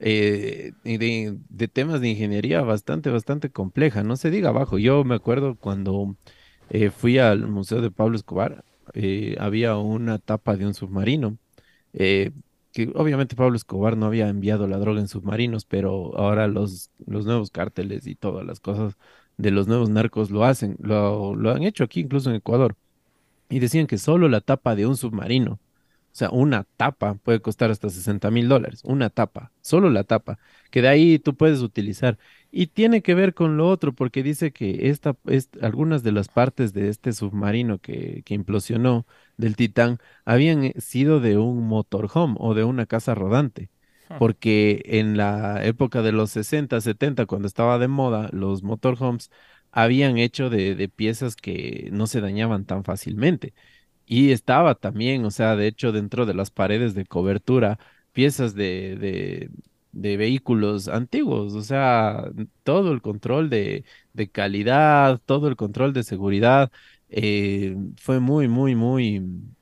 eh, y de, de temas de ingeniería bastante, bastante compleja. No se diga abajo. Yo me acuerdo cuando eh, fui al Museo de Pablo Escobar, eh, había una tapa de un submarino, eh, que obviamente Pablo Escobar no había enviado la droga en submarinos, pero ahora los, los nuevos cárteles y todas las cosas de los nuevos narcos lo hacen, lo, lo han hecho aquí incluso en Ecuador. Y decían que solo la tapa de un submarino, o sea, una tapa puede costar hasta sesenta mil dólares, una tapa, solo la tapa, que de ahí tú puedes utilizar. Y tiene que ver con lo otro, porque dice que esta, est- algunas de las partes de este submarino que, que implosionó del Titán habían eh, sido de un motorhome o de una casa rodante. Porque en la época de los sesenta, setenta, cuando estaba de moda, los motorhomes habían hecho de, de piezas que no se dañaban tan fácilmente. Y estaba también, o sea, de hecho, dentro de las paredes de cobertura, piezas de, de, de vehículos antiguos, o sea, todo el control de, de calidad, todo el control de seguridad, eh, fue muy, muy, muy,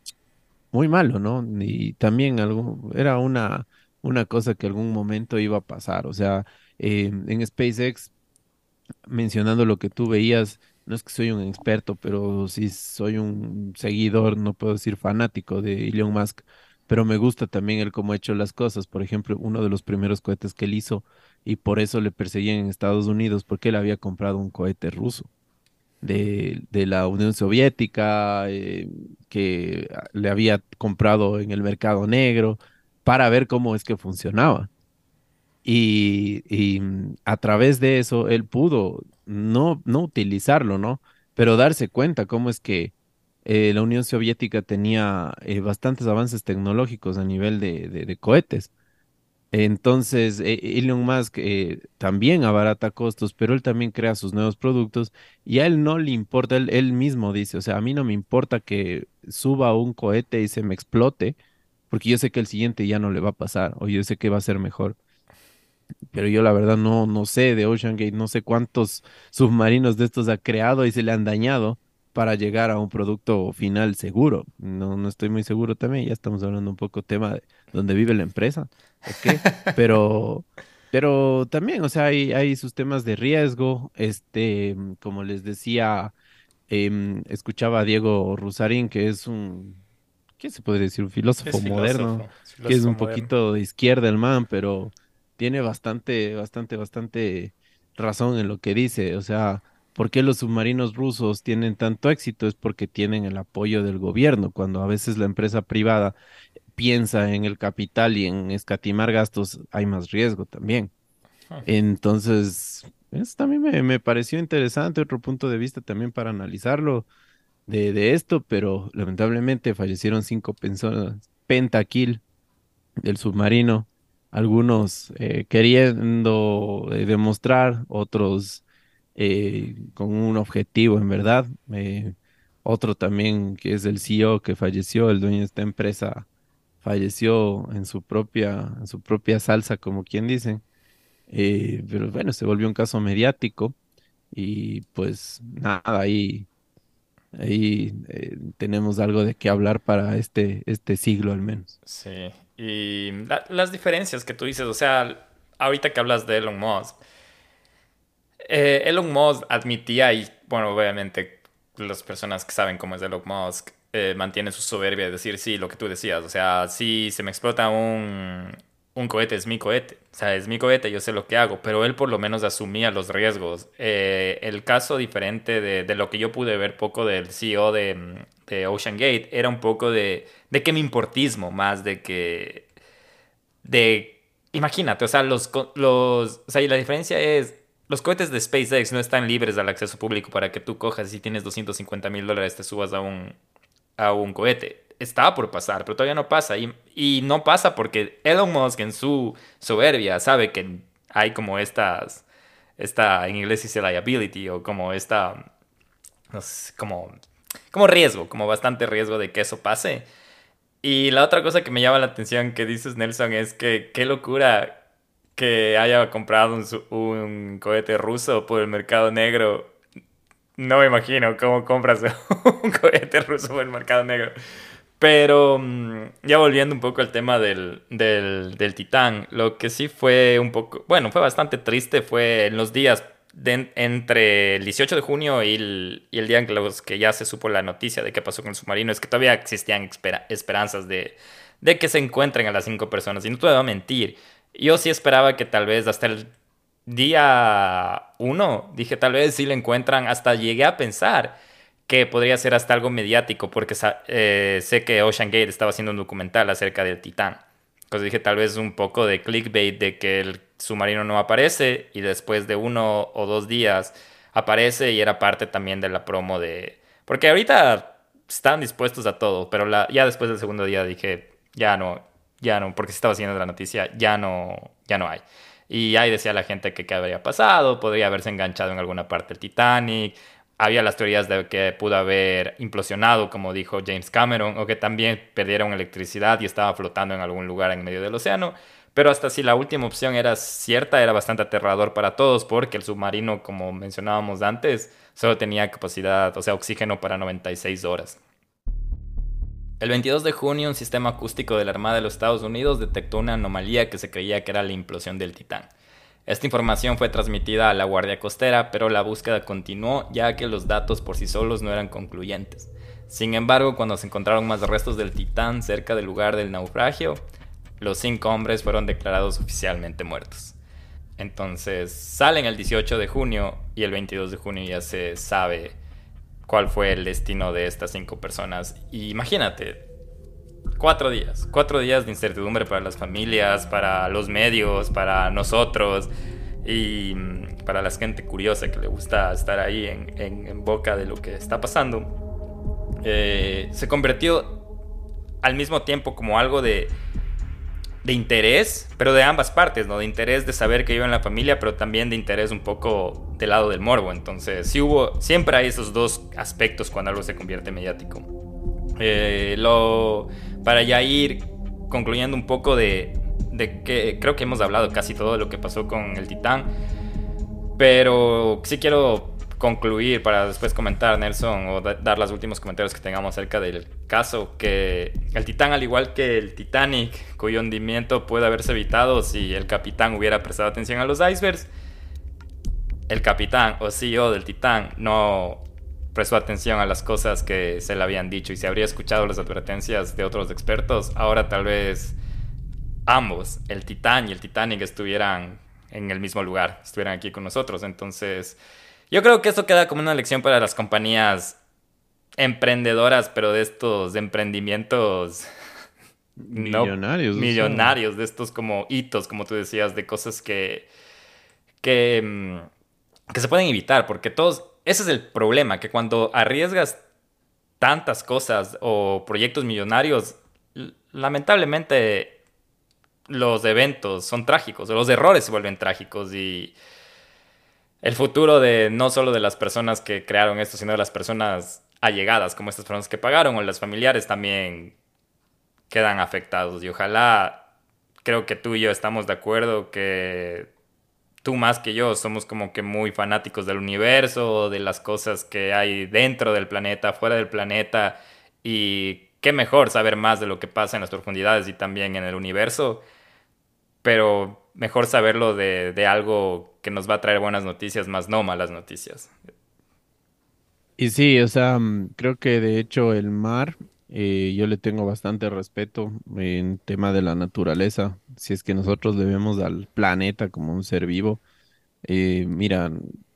muy malo, ¿no? Y también algo, era una, una cosa que algún momento iba a pasar, o sea, eh, en SpaceX mencionando lo que tú veías, no es que soy un experto, pero sí soy un seguidor, no puedo decir fanático de Elon Musk, pero me gusta también el cómo ha hecho las cosas. Por ejemplo, uno de los primeros cohetes que él hizo, y por eso le perseguían en Estados Unidos, porque él había comprado un cohete ruso. De, de la Unión Soviética, eh, que ah, le había comprado en el mercado negro para ver cómo es que funcionaba. Y, y, mm, a través de eso él pudo no, no utilizarlo, ¿no? Pero darse cuenta cómo es que eh, la Unión Soviética tenía eh, bastantes avances tecnológicos a nivel de, de- de cohetes. Entonces, eh, Elon Musk eh, también abarata costos, pero él también crea sus nuevos productos y a él no le importa, él, él mismo dice, o sea, a mí no me importa que suba un cohete y se me explote, porque yo sé que el siguiente ya no le va a pasar o yo sé que va a ser mejor, pero yo la verdad no, no sé de Ocean Gate, no sé cuántos submarinos de estos ha creado y se le han dañado para llegar a un producto final seguro. No, no estoy muy seguro también, ya estamos hablando un poco tema de dónde vive la empresa, ¿ok? Pero, pero también, o sea, hay, hay sus temas de riesgo, este, como les decía, em, escuchaba a Diego Rusarín, que es un, ¿qué se podría decir? Un Es filósofo moderno, filósofo, es que es filósofo un moderno. poquito de izquierda el man, pero tiene bastante, bastante, bastante razón en lo que dice. O sea, ¿por qué los submarinos rusos tienen tanto éxito? Es porque tienen el apoyo del gobierno, cuando a veces la empresa privada piensa en el capital y en escatimar gastos, hay más riesgo también. Entonces, eso también me, me pareció interesante, otro punto de vista también para analizarlo. de, de esto, pero lamentablemente fallecieron cinco personas. Pentakill del submarino, algunos eh, queriendo eh, demostrar, otros eh, con un objetivo en verdad. Eh, otro también que es el C E O que falleció, el dueño de esta empresa, falleció en su propia, en su propia salsa, como quien dice. Eh, pero bueno, se volvió un caso mediático y pues nada, ahí, ahí eh, tenemos algo de qué hablar para este, este siglo al menos. Sí, y la- las diferencias que tú dices, o sea, ahorita que hablas de Elon Musk, eh, Elon Musk admitía, y bueno, obviamente las personas que saben cómo es Elon Musk eh, mantienen su soberbia de decir sí, lo que tú decías, o sea, si se me explota un, un cohete, es mi cohete, o sea, es mi cohete, yo sé lo que hago, pero él por lo menos asumía los riesgos. Eh, el caso diferente de, de lo que yo pude ver poco del C E O de, mm, de Ocean Gate era un poco de, de que me importismo más de que de, imagínate, o sea, los, co- los, o sea, y la diferencia es, los cohetes de SpaceX no están libres al acceso público para que tú cojas y si tienes doscientos cincuenta mil dólares te subas a un, a un cohete. Está por pasar, pero todavía no pasa. Y, y no pasa porque Elon Musk en su soberbia sabe que hay como estas, esta, en inglés dice liability o como esta, no sé, como, como riesgo, como bastante riesgo de que eso pase. Y la otra cosa que me llama la atención que dices, Nelson, es que qué locura que haya comprado un, su- un cohete ruso por el mercado negro. No me imagino cómo compras un cohete ruso por el mercado negro. Pero mm, ya volviendo un poco al tema del, del, del Titán, lo que sí fue un poco, bueno, fue bastante triste fue en los días de- entre el dieciocho de junio y el, y el día en que, los, que ya se supo la noticia de qué pasó con el submarino, es que todavía existían espera- esperanzas de, de que se encuentren a las cinco personas. Y no te voy a mentir, yo sí esperaba que tal vez hasta el día uno, dije tal vez si le encuentran, hasta llegué a pensar que podría ser hasta algo mediático, porque sa- eh, sé que Ocean Gate estaba haciendo un documental acerca del Titán. Entonces dije tal vez un poco de clickbait de que el submarino no aparece y después de uno o dos días aparece y era parte también de la promo de... Porque ahorita están dispuestos a todo, pero la... ya después del segundo día dije, ya no, ya no, porque se estaba haciendo la noticia, ya no, ya no hay. Y ahí decía la gente que qué habría pasado, podría haberse enganchado en alguna parte el Titanic, había las teorías de que pudo haber implosionado, como dijo James Cameron, o que también perdieron electricidad y estaba flotando en algún lugar en medio del océano. Pero hasta si la última opción era cierta, era bastante aterrador para todos, porque el submarino, como mencionábamos antes, solo tenía capacidad, o sea, oxígeno para noventa y seis horas. El veintidós de junio, un sistema acústico de la Armada de los Estados Unidos detectó una anomalía que se creía que era la implosión del Titán. Esta información fue transmitida a la Guardia Costera, pero la búsqueda continuó ya que los datos por sí solos no eran concluyentes. Sin embargo, cuando se encontraron más restos del Titán cerca del lugar del naufragio, los cinco hombres fueron declarados oficialmente muertos. Entonces salen el dieciocho de junio y el veintidós de junio ya se sabe cuál fue el destino de estas cinco personas. Y imagínate, cuatro días, cuatro días de incertidumbre para las familias, para los medios, para nosotros y mm, para la gente curiosa que le gusta estar ahí en, en, en boca de lo que está pasando. Eh, se convirtió al mismo tiempo como algo de, de interés, pero de ambas partes, ¿no? De interés de saber que vive en la familia, pero también de interés un poco del lado del morbo. Entonces, sí hubo, siempre hay esos dos aspectos cuando algo se convierte en mediático. Eh, lo, para ya ir concluyendo un poco de, de que creo que hemos hablado casi todo de lo que pasó con el Titán, pero sí quiero concluir para después comentar, Nelson, o da- dar los últimos comentarios que tengamos acerca del caso, que el Titán, al igual que el Titanic, cuyo hundimiento puede haberse evitado si el capitán hubiera prestado atención a los icebergs, el capitán o C E O del Titán no prestó atención a las cosas que se le habían dicho y si habría escuchado las advertencias de otros expertos, ahora tal vez ambos, el Titán y el Titanic, estuvieran en el mismo lugar, estuvieran aquí con nosotros. Entonces, yo creo que esto queda como una lección para las compañías emprendedoras, pero de estos emprendimientos no Millonarios, o sea, millonarios, de estos como hitos, como tú decías, de cosas que, que, mm, que se pueden evitar, porque todos, ese es el problema, que cuando arriesgas tantas cosas o proyectos millonarios, l- lamentablemente los eventos son trágicos, o los errores se vuelven trágicos y el futuro de no solo de las personas que crearon esto, sino de las personas allegadas, como estas personas que pagaron o las familiares también quedan afectados. Y ojalá, creo que tú y yo estamos de acuerdo que tú más que yo somos como que muy fanáticos del universo, de las cosas que hay dentro del planeta, fuera del planeta, y qué mejor saber más de lo que pasa en las profundidades y también en el universo, pero mejor saberlo de, de algo que nos va a traer buenas noticias, más no malas noticias. Y sí, o sea, mm, creo que de hecho el mar, eh, yo le tengo bastante respeto en tema de la naturaleza. Si es que nosotros le vemos al planeta como un ser vivo, eh, mira,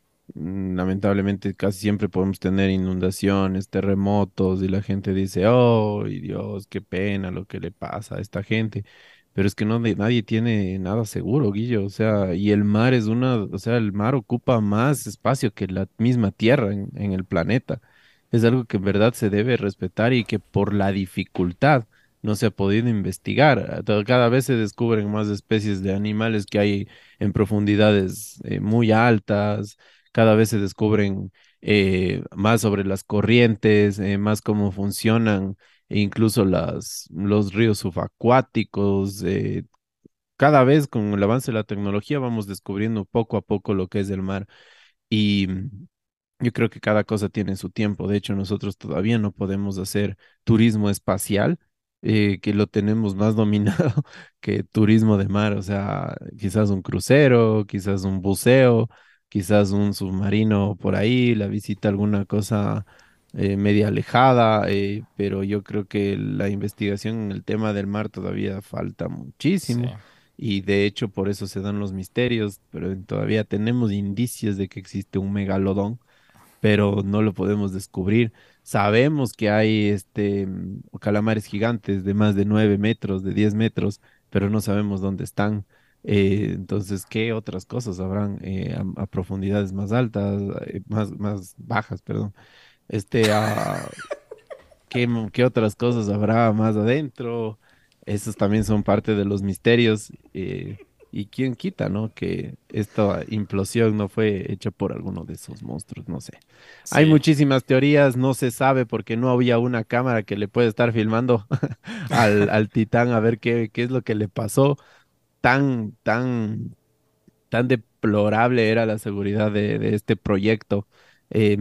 mm, lamentablemente casi siempre podemos tener inundaciones, terremotos y la gente dice, oh, Dios, qué pena lo que le pasa a esta gente. Pero es que no, de- nadie tiene nada seguro, Guillo. O sea, y el mar es una, o sea, el mar ocupa más espacio que la misma tierra en, en el planeta. Es algo que en verdad se debe respetar y que por la dificultad no se ha podido investigar. A- Cada vez se descubren más especies de animales que hay en profundidades eh, muy altas, cada vez se descubren eh, más sobre las corrientes, eh, más cómo funcionan, e incluso las, los ríos subacuáticos. Eh, cada vez con el avance de la tecnología vamos descubriendo poco a poco lo que es el mar. Y mm, yo creo que cada cosa tiene su tiempo. De hecho, nosotros todavía no podemos hacer turismo espacial, eh, que lo tenemos más dominado que turismo de mar. O sea, quizás un crucero, quizás un buceo, quizás un submarino por ahí, la visita a alguna cosa eh, media alejada, eh, pero yo creo que la investigación en el tema del mar todavía falta Sí, muchísimo. Y de hecho por eso se dan los misterios, pero todavía tenemos indicios de que existe un megalodón, pero no lo podemos descubrir. Sabemos que hay este mm, calamares gigantes de más de nueve metros, de diez metros, pero no sabemos dónde están. Eh, entonces, ¿qué otras cosas habrán eh, a, a profundidades más altas, eh, más, más bajas, perdón? Este, a ¿Qué, m- qué otras cosas habrá más adentro? Esos también son parte de los misterios. Eh, y quién quita, ¿no? Que esta implosión no fue hecha por alguno de esos monstruos, no sé. Hay sí, muchísimas teorías, no se sabe porque no había una cámara que le puede estar filmando al, al Titán a ver qué, qué es lo que le pasó. Tan, tan tan deplorable era la seguridad de, de este proyecto. Eh,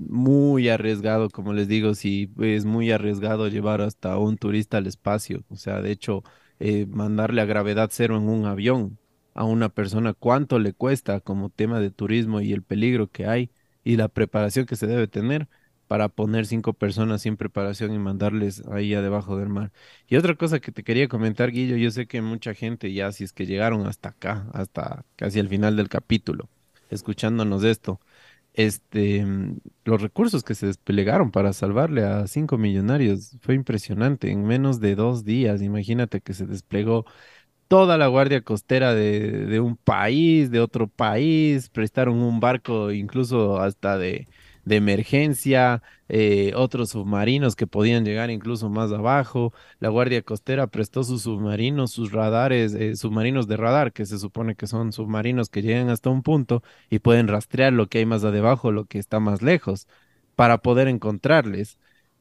muy arriesgado, como les digo, sí, es muy arriesgado llevar hasta un turista al espacio. O sea, de hecho, eh, mandarle a gravedad cero en un avión a una persona, ¿cuánto le cuesta como tema de turismo y el peligro que hay y la preparación que se debe tener para poner cinco personas sin preparación y mandarles ahí a debajo del mar? Y otra cosa que te quería comentar, Guillo, yo sé que mucha gente ya, si es que llegaron hasta acá, hasta casi el final del capítulo, escuchándonos esto, este, mm, los recursos que se desplegaron para salvarle a cinco millonarios fue impresionante. En menos de dos días, imagínate que se desplegó toda la guardia costera de, de un país, de otro país, prestaron un barco incluso hasta de, de emergencia, eh, otros submarinos que podían llegar incluso más abajo. La guardia costera prestó sus submarinos, sus radares, eh, submarinos de radar, que se supone que son submarinos que llegan hasta un punto y pueden rastrear lo que hay más abajo, lo que está más lejos, para poder encontrarles.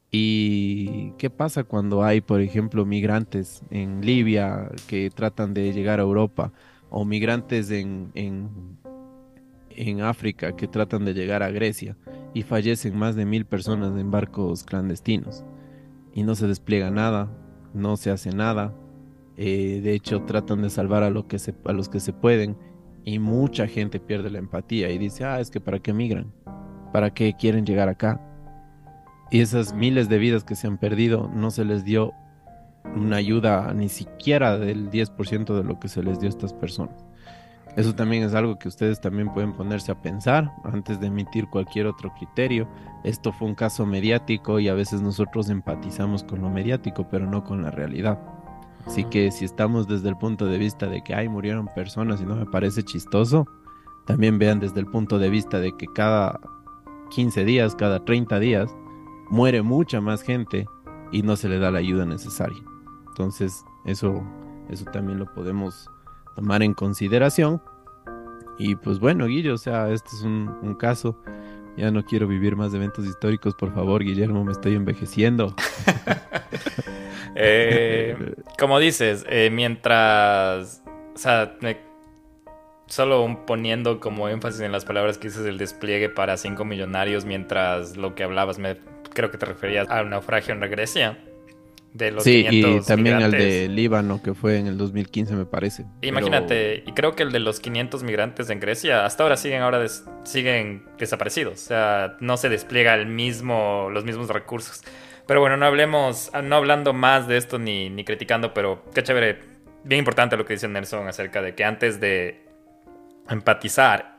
¿Y qué pasa cuando hay, por ejemplo, migrantes en Libia que tratan de llegar a Europa o migrantes en, en, en África que tratan de llegar a Grecia y fallecen más de mil personas en barcos clandestinos y no se despliega nada, no se hace nada? Eh, de hecho, tratan de salvar a, lo que se, a los que se pueden y mucha gente pierde la empatía y dice, ah, es que ¿para qué migran? ¿Para qué quieren llegar acá? Y esas miles de vidas que se han perdido, no se les dio una ayuda ni siquiera del diez por ciento de lo que se les dio a estas personas. Eso también es algo que ustedes también pueden ponerse a pensar antes de emitir cualquier otro criterio. Esto fue un caso mediático y a veces nosotros empatizamos con lo mediático, pero no con la realidad. Así que si estamos desde el punto de vista de que, ay, murieron personas y no me parece chistoso, también vean desde el punto de vista de que cada quince días, cada treinta días, muere mucha más gente y no se le da la ayuda necesaria. Entonces, eso, eso también lo podemos tomar en consideración. Y pues bueno, Guillo, o sea, este es un, un caso. Ya no quiero vivir más eventos históricos, por favor, Guillermo, me estoy envejeciendo. Eh, como dices, eh, mientras, o sea, me- solo un- poniendo como énfasis en las palabras que dices, el despliegue para cinco millonarios, mientras lo que hablabas, me creo que te referías al naufragio en la Grecia de los Sí, y quinientos también al migrantes. de Líbano, que fue en el dos mil quince, me parece. Pero Imagínate, y creo que el de los quinientos migrantes en Grecia hasta ahora siguen ahora des- siguen desaparecidos, o sea, no se despliega el mismo los mismos recursos. Pero bueno, no hablemos, no hablando más de esto ni, ni criticando, pero qué chévere, bien importante lo que dice Nelson acerca de que antes de empatizar,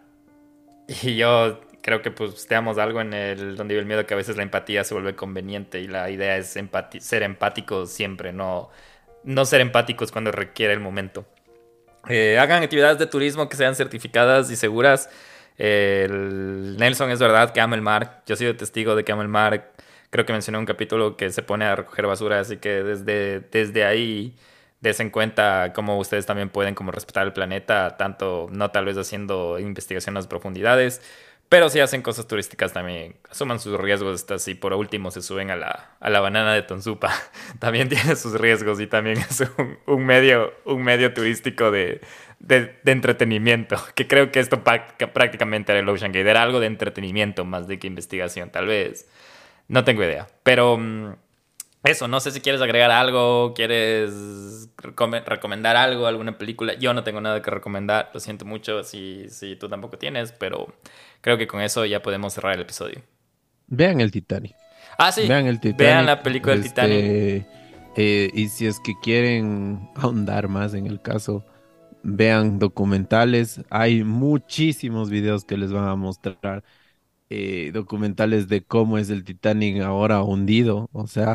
y yo creo que pues teamos algo en el donde vive el miedo, que a veces la empatía se vuelve conveniente y la idea es empati- ser empáticos siempre, no, no ser empáticos cuando requiere el momento. Eh, hagan actividades de turismo que sean certificadas y seguras. Eh, el Nelson es verdad que ama el mar. Yo he sido testigo de que ama el mar. Creo que mencioné un capítulo que se pone a recoger basura, así que desde, desde ahí des en cuenta cómo ustedes también pueden como respetar el planeta, tanto no tal vez haciendo investigación a las profundidades, pero si hacen cosas turísticas también asuman sus riesgos. Estas, y por último se suben a la, a la banana de Tonsupa, también tiene sus riesgos y también es un, un medio, un medio turístico de, de, de entretenimiento, que creo que esto pa- que prácticamente era el Ocean Gate, era algo de entretenimiento más de que investigación, tal vez. No tengo idea, pero mm, eso, no sé si quieres agregar algo, quieres recome- recomendar algo, alguna película. Yo no tengo nada que recomendar, lo siento mucho si, si tú tampoco tienes, pero creo que con eso ya podemos cerrar el episodio. vean el Titanic. Ah, sí, Vean el vean Titanic, la película del Titanic. este, eh, y si es que quieren ahondar más en el caso, vean documentales. Hay muchísimos videos que les van a mostrar eh, documentales de cómo es el Titanic ahora hundido, o sea,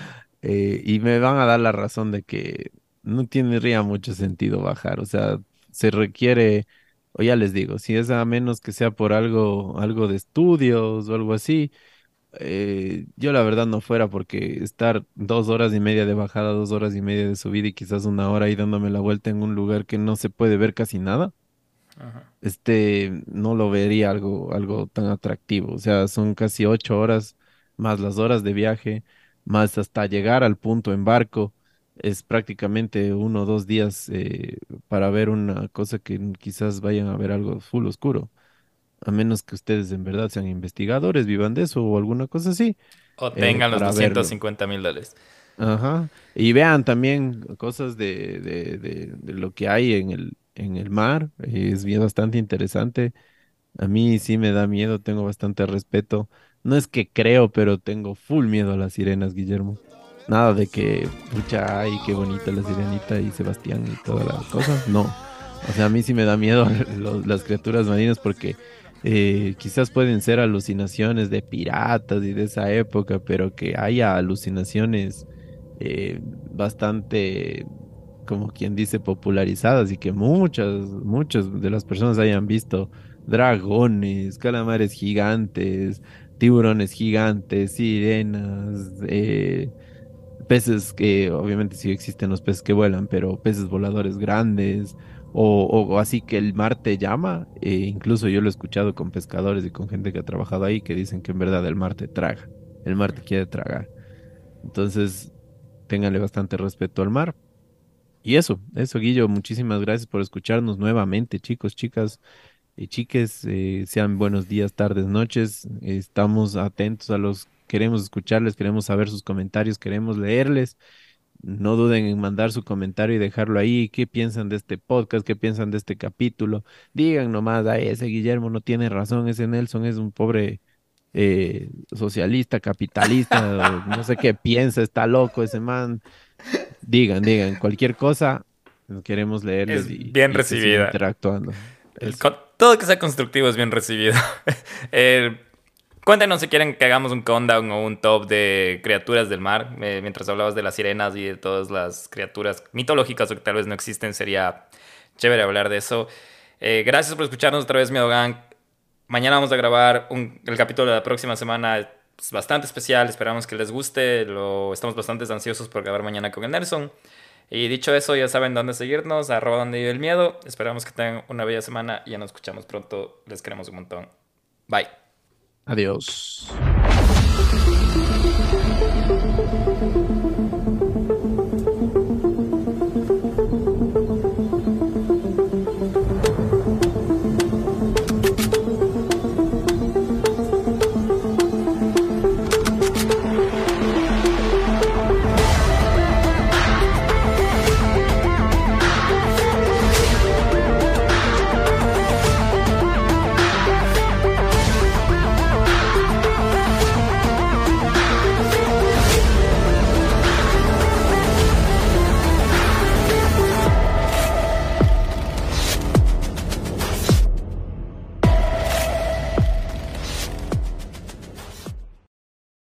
eh, y me van a dar la razón de que no tendría mucho sentido bajar, o sea, se requiere, o ya les digo, si es a menos que sea por algo, algo de estudios o algo así, eh, yo la verdad no fuera porque estar dos horas y media de bajada, dos horas y media de subida y quizás una hora ahí dándome la vuelta en un lugar que no se puede ver casi nada, Ajá. este, no lo vería algo, algo tan atractivo. O sea, son casi ocho horas más las horas de viaje, más hasta llegar al punto en barco. Es prácticamente uno o dos días eh, para ver una cosa que quizás vayan a ver algo full oscuro. A menos que ustedes en verdad sean investigadores, vivan de eso o alguna cosa así, O eh, tengan los para doscientos verlo. cincuenta mil dólares. Ajá. Y vean también cosas de, de, de, de lo que hay en el, en el mar. eh, Es bien bastante interesante. A mí sí me da miedo, tengo bastante respeto. No es que creo, pero tengo full miedo a las sirenas, Guillermo. Nada de que, pucha, ay, qué bonita la sirenita y Sebastián y toda la cosa. No. O sea, a mí sí me da miedo los- las criaturas marinas porque eh, quizás pueden ser alucinaciones de piratas y de esa época, pero que haya alucinaciones eh, bastante, como quien dice, popularizadas y que muchas, muchas de las personas hayan visto dragones, calamares gigantes, tiburones gigantes, sirenas, eh, peces que obviamente sí existen los peces que vuelan, pero peces voladores grandes, o, o así que el mar te llama. Eh, incluso yo lo he escuchado con pescadores y con gente que ha trabajado ahí que dicen que en verdad el mar te traga, el mar te quiere tragar. Entonces, ténganle bastante respeto al mar. Y eso, eso, Guillo, muchísimas gracias por escucharnos nuevamente, chicos, chicas y chiques. Eh, sean buenos días, tardes, noches. Eh, estamos atentos a los, queremos escucharles, queremos saber sus comentarios, queremos leerles. No duden en mandar su comentario y dejarlo ahí. ¿Qué piensan de este podcast? ¿Qué piensan de este capítulo? Digan nomás, ay, ese Guillermo no tiene razón, ese Nelson es un pobre eh, socialista, capitalista, o no sé qué piensa, está loco ese man. Digan, digan, cualquier cosa, queremos leerles Es y, bien y se sigue recibida. interactuando. El Eso. co- todo que sea constructivo es bien recibido. Eh, cuéntenos si quieren que hagamos un countdown o un top de criaturas del mar. Eh, mientras hablabas de las sirenas y de todas las criaturas mitológicas o que tal vez no existen, sería chévere hablar de eso. Eh, gracias por escucharnos otra vez, Miedo Gang. Mañana vamos a grabar un- el capítulo de la próxima semana. pues, bastante especial. Esperamos que les guste. Lo, estamos bastante ansiosos por grabar mañana con el Nelson. Y dicho eso, ya saben dónde seguirnos, arroba donde vive el miedo. Esperamos que tengan una bella semana y ya nos escuchamos pronto. Les queremos un montón. Bye. Adiós.